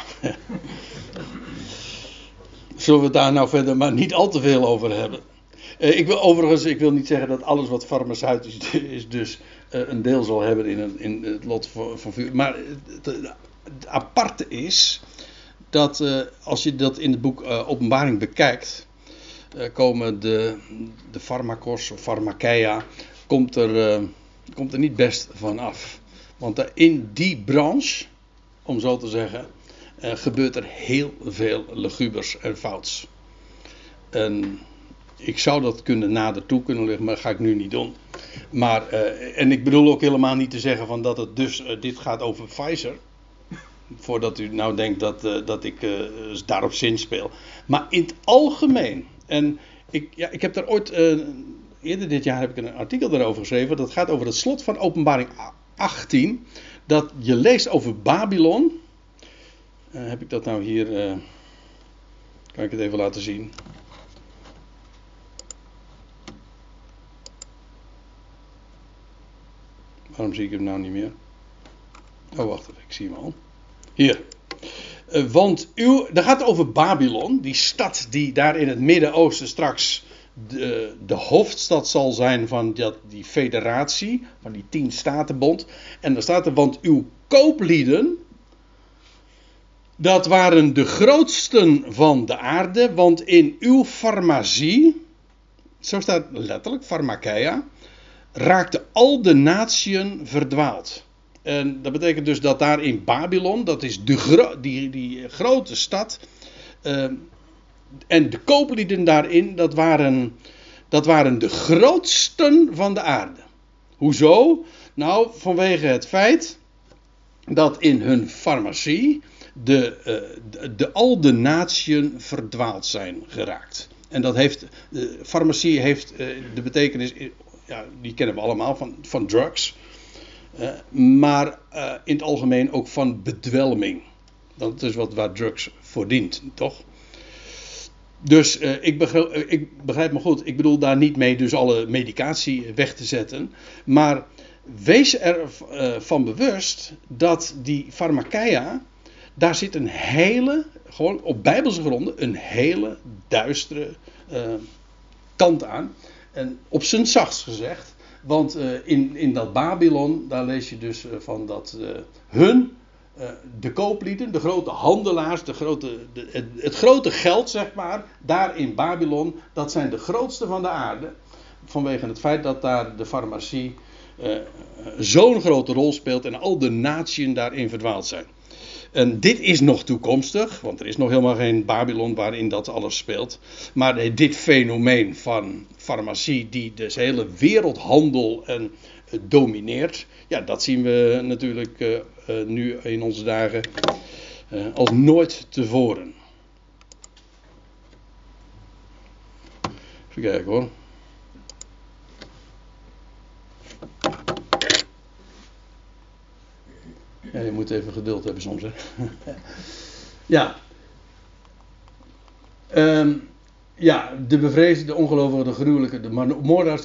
Zullen we het daar nou verder maar niet al te veel over hebben? Ik wil niet zeggen dat alles wat farmaceutisch is dus een deel zal hebben in het lot van vuur. Maar het aparte is dat als je dat in het boek Openbaring bekijkt, komen de pharmakos of pharmakeia komt er niet best van af. Want in die branche, om zo te zeggen, gebeurt er heel veel lugubers en fouts. En ik zou dat nader toe kunnen leggen, maar dat ga ik nu niet doen. Maar, en ik bedoel ook helemaal niet te zeggen van dat het dus, dit gaat over Pfizer. Voordat u nou denkt dat ik daarop zinspeel. Maar in het algemeen, en ik heb daar ooit, eerder dit jaar heb ik een artikel daarover geschreven. Dat gaat over het slot van Openbaring 18. Dat je leest over Babylon. Heb ik dat nou hier, kan ik het even laten zien. Waarom zie ik hem nou niet meer? Oh, wacht even, ik zie hem al. Hier. Want dat gaat over Babylon, die stad die daar in het Midden-Oosten straks de hoofdstad zal zijn van die federatie, van die 10-statenbond. En daar staat er, want uw kooplieden, dat waren de grootsten van de aarde, want in uw farmacie, zo staat letterlijk, pharmakeia, raakte al de natieën verdwaald. En dat betekent dus dat daar in Babylon, dat is die grote stad, en de kooplieden daarin, dat waren de grootsten van de aarde. Hoezo? Nou, vanwege het feit dat in hun farmacie al de natieën verdwaald zijn geraakt. En dat heeft, farmacie heeft de betekenis, ja, die kennen we allemaal van drugs. Maar in het algemeen ook van bedwelming. Dat is waar drugs voor dient, toch? Dus ik begrijp me goed. Ik bedoel daar niet mee dus alle medicatie weg te zetten. Maar wees ervan bewust dat die pharmakeia, daar zit een hele, gewoon op bijbelse gronden, een hele duistere kant aan. En op zijn zachtst gezegd. Want in dat Babylon, daar lees je dus van dat de kooplieden, de grote handelaars, het grote geld, zeg maar, daar in Babylon, dat zijn de grootste van de aarde. Vanwege het feit dat daar de farmacie zo'n grote rol speelt en al de natieën daarin verdwaald zijn. En dit is nog toekomstig, want er is nog helemaal geen Babylon waarin dat alles speelt. Maar dit fenomeen van farmacie die dus hele wereldhandel domineert, ja, dat zien we natuurlijk nu in onze dagen als nooit tevoren. Even kijken hoor. Ja, je moet even geduld hebben soms, hè. Ja. Ja, de bevreesden, de ongelovigen, de gruwelijke, de moordenaars, de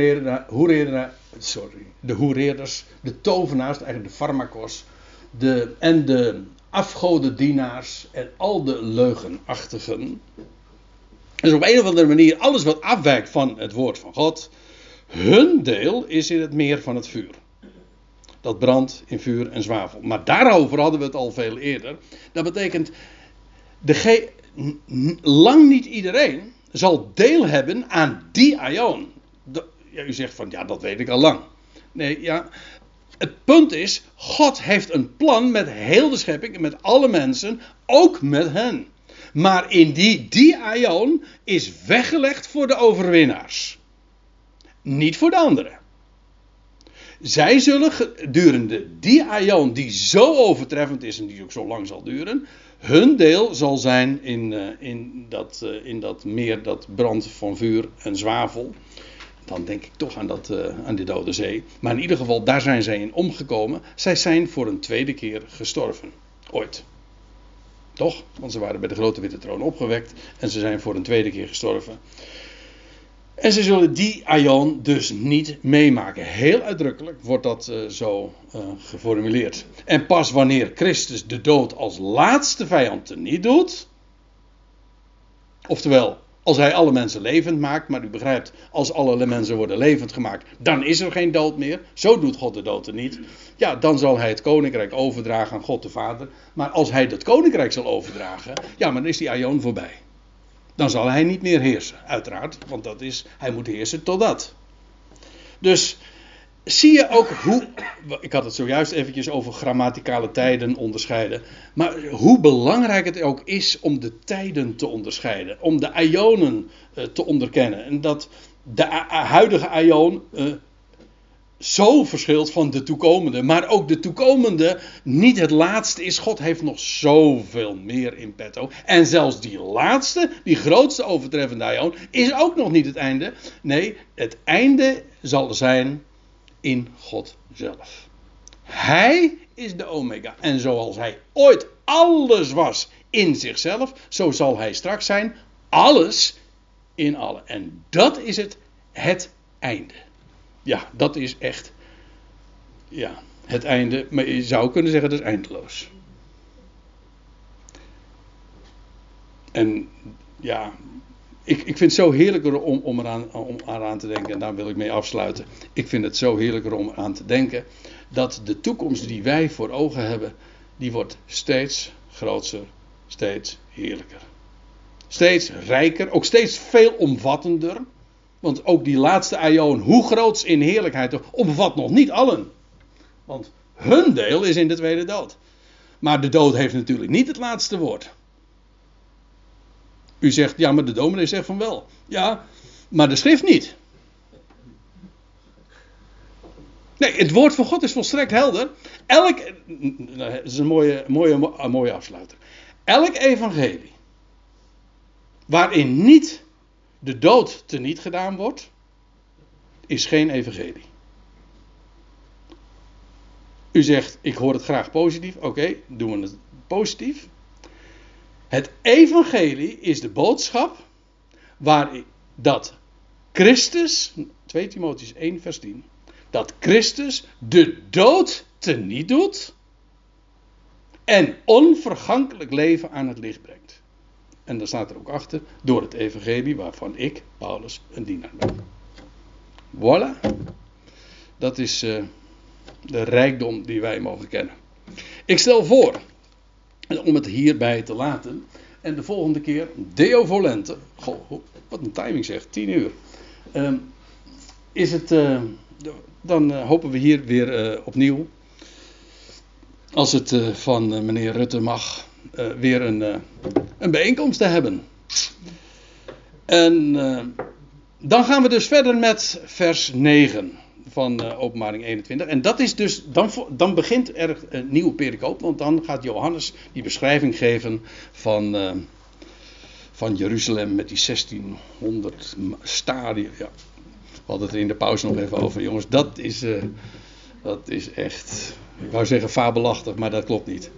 hoereerders, de tovenaars, eigenlijk de pharmakos, en de afgodendienaars en al de leugenachtigen. Dus op een of andere manier, alles wat afwijkt van het woord van God, hun deel is in het meer van het vuur. Dat brandt in vuur en zwavel. Maar daarover hadden we het al veel eerder. Dat betekent, lang niet iedereen zal deel hebben aan die aion. Ja, u zegt van, ja, dat weet ik al lang. Nee, ja. Het punt is, God heeft een plan met heel de schepping en met alle mensen, ook met hen. Maar in die aion is weggelegd voor de overwinnaars. Niet voor de anderen. Zij zullen gedurende die aion die zo overtreffend is en die ook zo lang zal duren, hun deel zal zijn in dat meer dat brandt van vuur en zwavel. Dan denk ik toch aan de Dode Zee. Maar in ieder geval, daar zijn zij in omgekomen. Zij zijn voor een tweede keer gestorven. Ooit. Toch? Want ze waren bij de grote witte troon opgewekt. En ze zijn voor een tweede keer gestorven. En ze zullen die aion dus niet meemaken. Heel uitdrukkelijk wordt dat zo geformuleerd. En pas wanneer Christus de dood als laatste vijand teniet doet. Oftewel, als hij alle mensen levend maakt. Maar u begrijpt, als alle mensen worden levend gemaakt, dan is er geen dood meer. Zo doet God de dood er niet. Ja, dan zal hij het koninkrijk overdragen aan God de Vader. Maar als hij dat koninkrijk zal overdragen, ja, maar dan is die aion voorbij. Dan zal hij niet meer heersen, uiteraard. Want hij moet heersen totdat. Dus zie je ook hoe, ik had het zojuist eventjes over grammaticale tijden onderscheiden. Maar hoe belangrijk het ook is om de tijden te onderscheiden. Om de aionen te onderkennen. En dat de huidige aion zo verschilt van de toekomende. Maar ook de toekomende niet het laatste is. God heeft nog zoveel meer in petto. En zelfs die laatste, die grootste overtreffende aion, is ook nog niet het einde. Nee, het einde zal zijn in God zelf. Hij is de omega. En zoals hij ooit alles was in zichzelf, zo zal hij straks zijn alles in allen. En dat is het einde. Ja, dat is echt het einde. Maar je zou kunnen zeggen dat is eindeloos. En ja, ik vind het zo heerlijker om eraan te denken. En daar wil ik mee afsluiten. Ik vind het zo heerlijker om eraan te denken dat de toekomst die wij voor ogen hebben, die wordt steeds groter, steeds heerlijker. Steeds rijker, ook steeds veelomvattender. Want ook die laatste aion, hoe groot in heerlijkheid, omvat nog niet allen. Want hun deel is in de tweede dood. Maar de dood heeft natuurlijk niet het laatste woord. U zegt, ja, maar de dominee zegt van wel. Ja, maar de schrift niet. Nee, het woord van God is volstrekt helder. Dat is een mooie afsluiter. Elk evangelie waarin niet de dood teniet gedaan wordt, is geen evangelie. U zegt, ik hoor het graag positief. Oké, doen we het positief. Het evangelie is de boodschap dat Christus, 2 Timotheüs 1 vers 10, dat Christus de dood teniet doet en onvergankelijk leven aan het licht brengt. En daar staat er ook achter, door het evangelie waarvan ik, Paulus, een dienaar ben. Voilà. Dat is de rijkdom die wij mogen kennen. Ik stel voor, om het hierbij te laten, en de volgende keer, Deo Volente, goh, wat een timing zeg, 10 uur. Dan hopen we hier weer opnieuw, als het van meneer Rutte mag, weer een bijeenkomst te hebben. En dan gaan we dus verder met vers 9 van Openbaring 21. En dat is dus, dan begint er een nieuwe pericoop, want dan gaat Johannes die beschrijving geven van Jeruzalem met die 1600 stadia. Ja. We hadden het er in de pauze nog even over, jongens. Dat is echt, ik wou zeggen fabelachtig, maar dat klopt niet.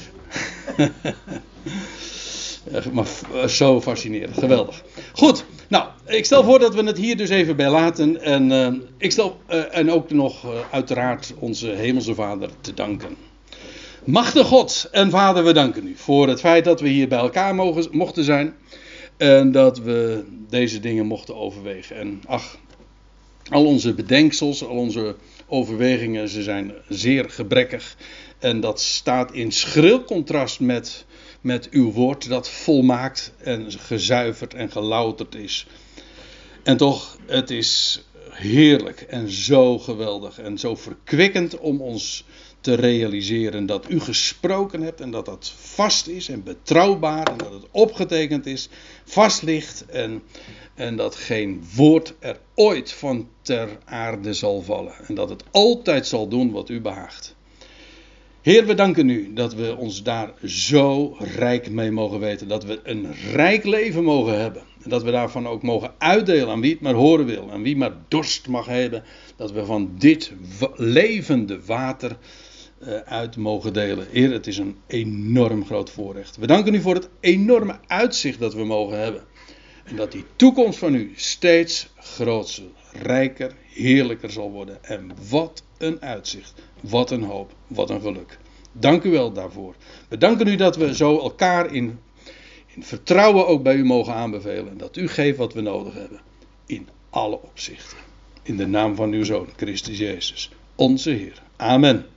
Maar zo fascinerend, geweldig. Goed, nou, ik stel voor dat we het hier dus even bij laten. En ook nog uiteraard onze hemelse Vader te danken. Machtige God en Vader, we danken u voor het feit dat we hier bij elkaar mochten zijn. En dat we deze dingen mochten overwegen. En ach, al onze bedenksels, al onze overwegingen, ze zijn zeer gebrekkig. En dat staat in schril contrast met uw woord dat volmaakt en gezuiverd en gelouterd is. En toch, het is heerlijk en zo geweldig en zo verkwikkend om ons te realiseren dat u gesproken hebt en dat dat vast is en betrouwbaar en dat het opgetekend is, vast ligt en dat geen woord er ooit van ter aarde zal vallen en dat het altijd zal doen wat u behaagt. Heer, we danken u dat we ons daar zo rijk mee mogen weten. Dat we een rijk leven mogen hebben. En dat we daarvan ook mogen uitdelen aan wie het maar horen wil. En wie maar dorst mag hebben. Dat we van dit levende water uit mogen delen. Heer, het is een enorm groot voorrecht. We danken u voor het enorme uitzicht dat we mogen hebben. En dat die toekomst van u steeds groter, rijker, heerlijker zal worden. En wat een uitzicht. Wat een hoop. Wat een geluk. Dank u wel daarvoor. We danken u dat we zo elkaar in vertrouwen ook bij u mogen aanbevelen. En dat u geeft wat we nodig hebben. In alle opzichten. In de naam van uw Zoon, Christus Jezus. Onze Heer. Amen.